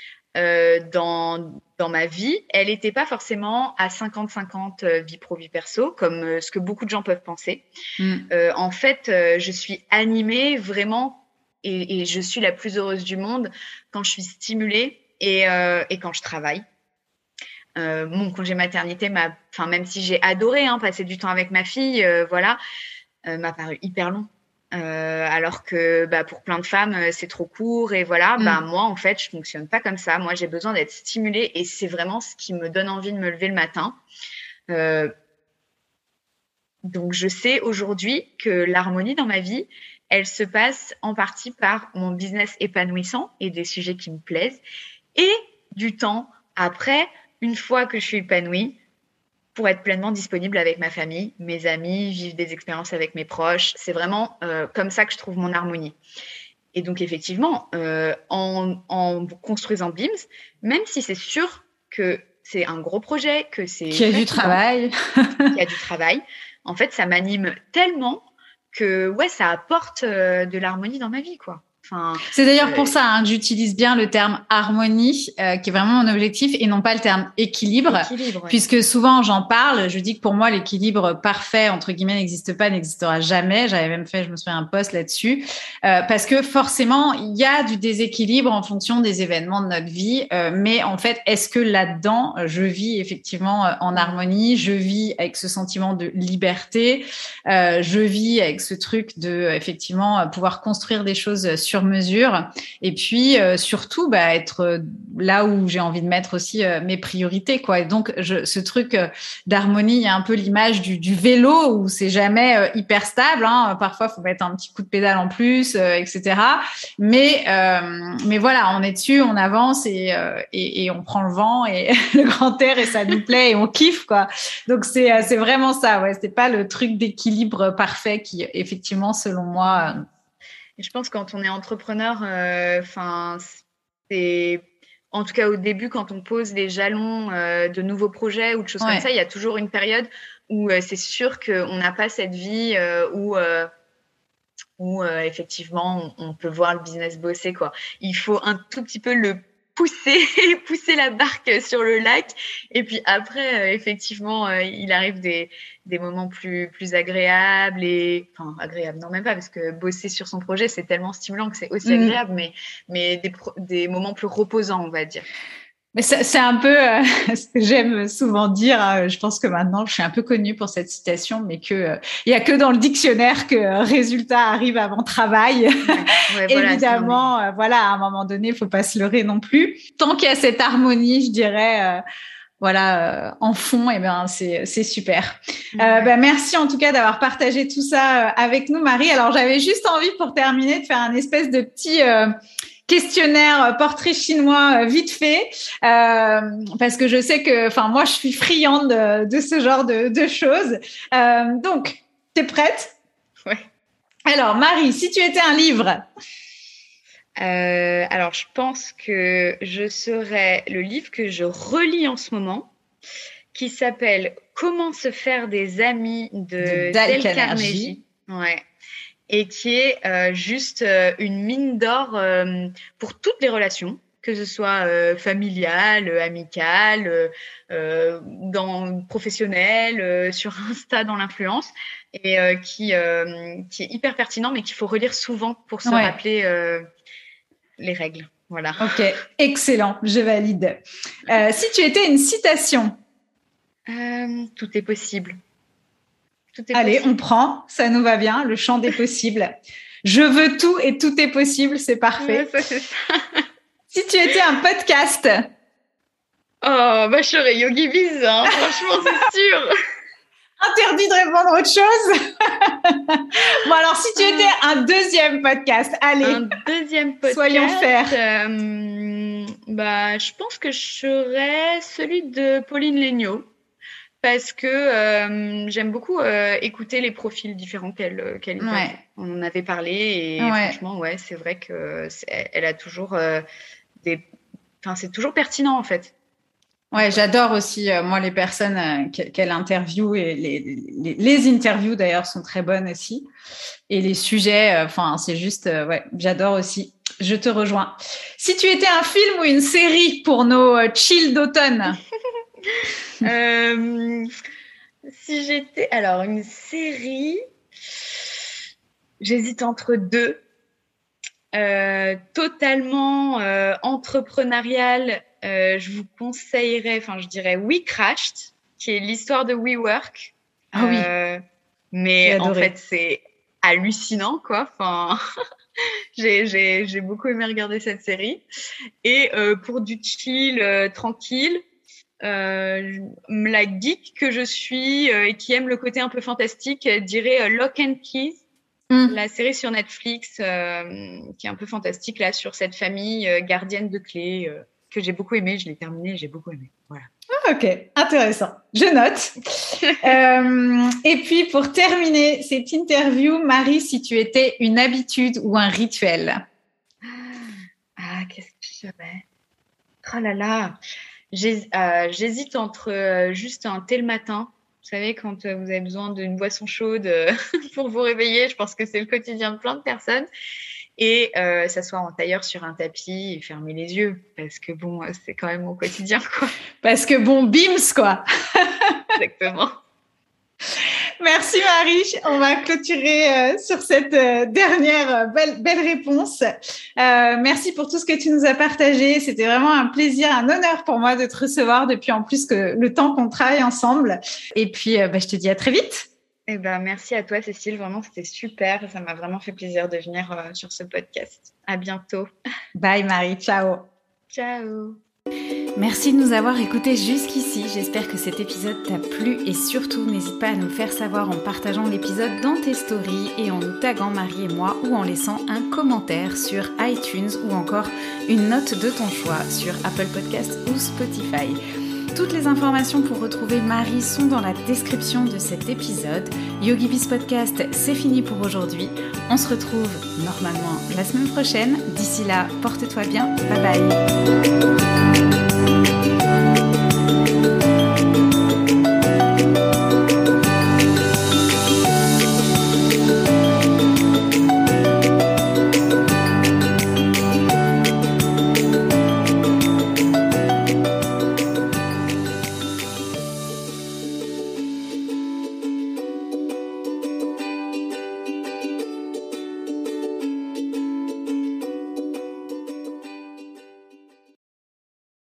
dans ma vie, elle n'était pas forcément à 50-50 vie pro, vie perso, comme ce que beaucoup de gens peuvent penser. En fait, je suis animée vraiment. Et je suis la plus heureuse du monde quand je suis stimulée et quand je travaille. Mon congé maternité même si j'ai adoré passer du temps avec ma fille, m'a paru hyper long. Alors que pour plein de femmes, c'est trop court, et voilà. Moi, en fait, je fonctionne pas comme ça. Moi, j'ai besoin d'être stimulée, et c'est vraiment ce qui me donne envie de me lever le matin. Donc, je sais aujourd'hui que l'harmonie dans ma vie, elle se passe en partie par mon business épanouissant et des sujets qui me plaisent, et du temps après, une fois que je suis épanouie, pour être pleinement disponible avec ma famille, mes amis, vivre des expériences avec mes proches. C'est vraiment comme ça que je trouve mon harmonie. Et donc, effectivement, en construisant BIMS, même si c'est sûr que c'est un gros projet, que c'est... Qu'il y a du travail. Qu'il y a du travail. En fait, ça m'anime tellement que ça apporte de l'harmonie dans ma vie, quoi. Enfin, c'est d'ailleurs pour ça que j'utilise bien le terme harmonie, qui est vraiment mon objectif, et non pas le terme équilibre, ouais. puisque souvent j'en parle. Je dis que pour moi, l'équilibre parfait, entre guillemets, n'existe pas, n'existera jamais. J'avais même fait, je me souviens, un post là-dessus, parce que forcément, il y a du déséquilibre en fonction des événements de notre vie. Mais en fait, est-ce que là-dedans, je vis effectivement en harmonie, je vis avec ce sentiment de liberté, je vis avec ce truc de effectivement pouvoir construire des choses sur mesure, et puis surtout être là où j'ai envie de mettre aussi mes priorités, quoi. Et donc ce truc d'harmonie, il y a un peu l'image du vélo où c'est jamais hyper stable, hein. Parfois faut mettre un petit coup de pédale en plus, etc. Mais voilà, on est dessus, on avance, et on prend le vent et le grand air, et ça nous plaît et on kiffe, quoi. Donc c'est vraiment ça, ouais. C'est pas le truc d'équilibre parfait qui, effectivement, selon moi. Et je pense que quand on est entrepreneur, c'est en tout cas au début, quand on pose les jalons de nouveaux projets ou de choses comme ça, il y a toujours une période où c'est sûr qu'on n'a pas cette vie où effectivement on peut voir le business bosser, quoi. Il faut un tout petit peu le pousser la barque sur le lac, et puis après effectivement il arrive des moments plus agréables, et enfin agréables, non, même pas, parce que bosser sur son projet c'est tellement stimulant que c'est aussi agréable, mais des moments plus reposants, on va dire. Mais c'est un peu ce que j'aime souvent dire. Je pense que maintenant, je suis un peu connue pour cette citation, mais que il y a que dans le dictionnaire que résultat arrive avant travail. Ouais, Évidemment, voilà, à un moment donné, il faut pas se leurrer non plus. Tant qu'il y a cette harmonie, je dirais, en fond, et ben c'est super. Merci en tout cas d'avoir partagé tout ça avec nous, Marie. Alors j'avais juste envie, pour terminer, de faire un espèce de petit questionnaire portrait chinois vite fait, parce que je sais que, moi, je suis friande de ce genre de choses. Donc, t'es prête? Ouais. Alors, Marie, si tu étais un livre. Alors, je pense que je serais le livre que je relis en ce moment, qui s'appelle Comment se faire des amis de Dale Carnegie. Ouais. Et qui est juste une mine d'or pour toutes les relations, que ce soit familiale, amicale, professionnelle, sur Insta, dans l'influence, et qui est hyper pertinent, mais qu'il faut relire souvent pour se rappeler les règles. Voilà. Ok, excellent, je valide. Si tu étais une citation. Tout est possible. Allez, on prend, ça nous va bien, le champ des possibles. Je veux tout et tout est possible, c'est parfait. Ouais, ça, c'est ça. Si tu étais un podcast. Oh, je serais YogiBiz, hein, franchement, c'est sûr. Interdit de répondre autre chose. Bon, alors, si tu étais un deuxième podcast, allez. Un deuxième podcast. Soyons fers. Je pense que je serais celui de Pauline Léniaud, parce que j'aime beaucoup écouter les profils différents qu'elle évoque. On en avait parlé, et franchement, c'est vrai que elle a toujours c'est toujours pertinent, en fait. Ouais, j'adore aussi, moi, les personnes qu'elle interviewe, et les interviews d'ailleurs sont très bonnes aussi. Et les sujets, c'est juste, j'adore aussi. Je te rejoins. Si tu étais un film ou une série pour nos chill d'automne. Si j'étais, alors, une série, j'hésite entre deux. Totalement entrepreneuriale. Je vous conseillerais, je dirais We Crashed, qui est l'histoire de WeWork. Ah oui. Mais en fait, c'est hallucinant, quoi. J'ai beaucoup aimé regarder cette série. Et pour du chill tranquille, la geek que je suis et qui aime le côté un peu fantastique, dirais Lock and Keys. La série sur Netflix qui est un peu fantastique, là, sur cette famille gardienne de clés, que j'ai beaucoup aimé. Je l'ai terminée, j'ai beaucoup aimé. Voilà. Ok, intéressant. Je note. Et puis, pour terminer cette interview, Marie, si tu étais une habitude ou un rituel. Qu'est-ce que je serais? Oh là là, j'hésite entre juste un thé le matin. Vous savez, quand vous avez besoin d'une boisson chaude pour vous réveiller, je pense que c'est le quotidien de plein de personnes. et s'asseoir en tailleur sur un tapis et fermer les yeux parce que bon, c'est quand même au quotidien, quoi. Parce que bon, bims, quoi. Exactement. Merci Marie, on va clôturer sur cette dernière belle réponse. Merci pour tout ce que tu nous as partagé, c'était vraiment un plaisir, un honneur pour moi de te recevoir depuis en plus que le temps qu'on travaille ensemble. Et puis je te dis à très vite. Eh ben, merci à toi Cécile, vraiment c'était super, ça m'a vraiment fait plaisir de venir sur ce podcast. À bientôt. Bye Marie, ciao. Ciao. Merci de nous avoir écoutés jusqu'ici, j'espère que cet épisode t'a plu et surtout n'hésite pas à nous le faire savoir en partageant l'épisode dans tes stories et en nous taguant Marie et moi ou en laissant un commentaire sur iTunes ou encore une note de ton choix sur Apple Podcast ou Spotify. Toutes les informations pour retrouver Marie sont dans la description de cet épisode. YogiBiz Podcast, c'est fini pour aujourd'hui. On se retrouve normalement la semaine prochaine. D'ici là, porte-toi bien. Bye bye.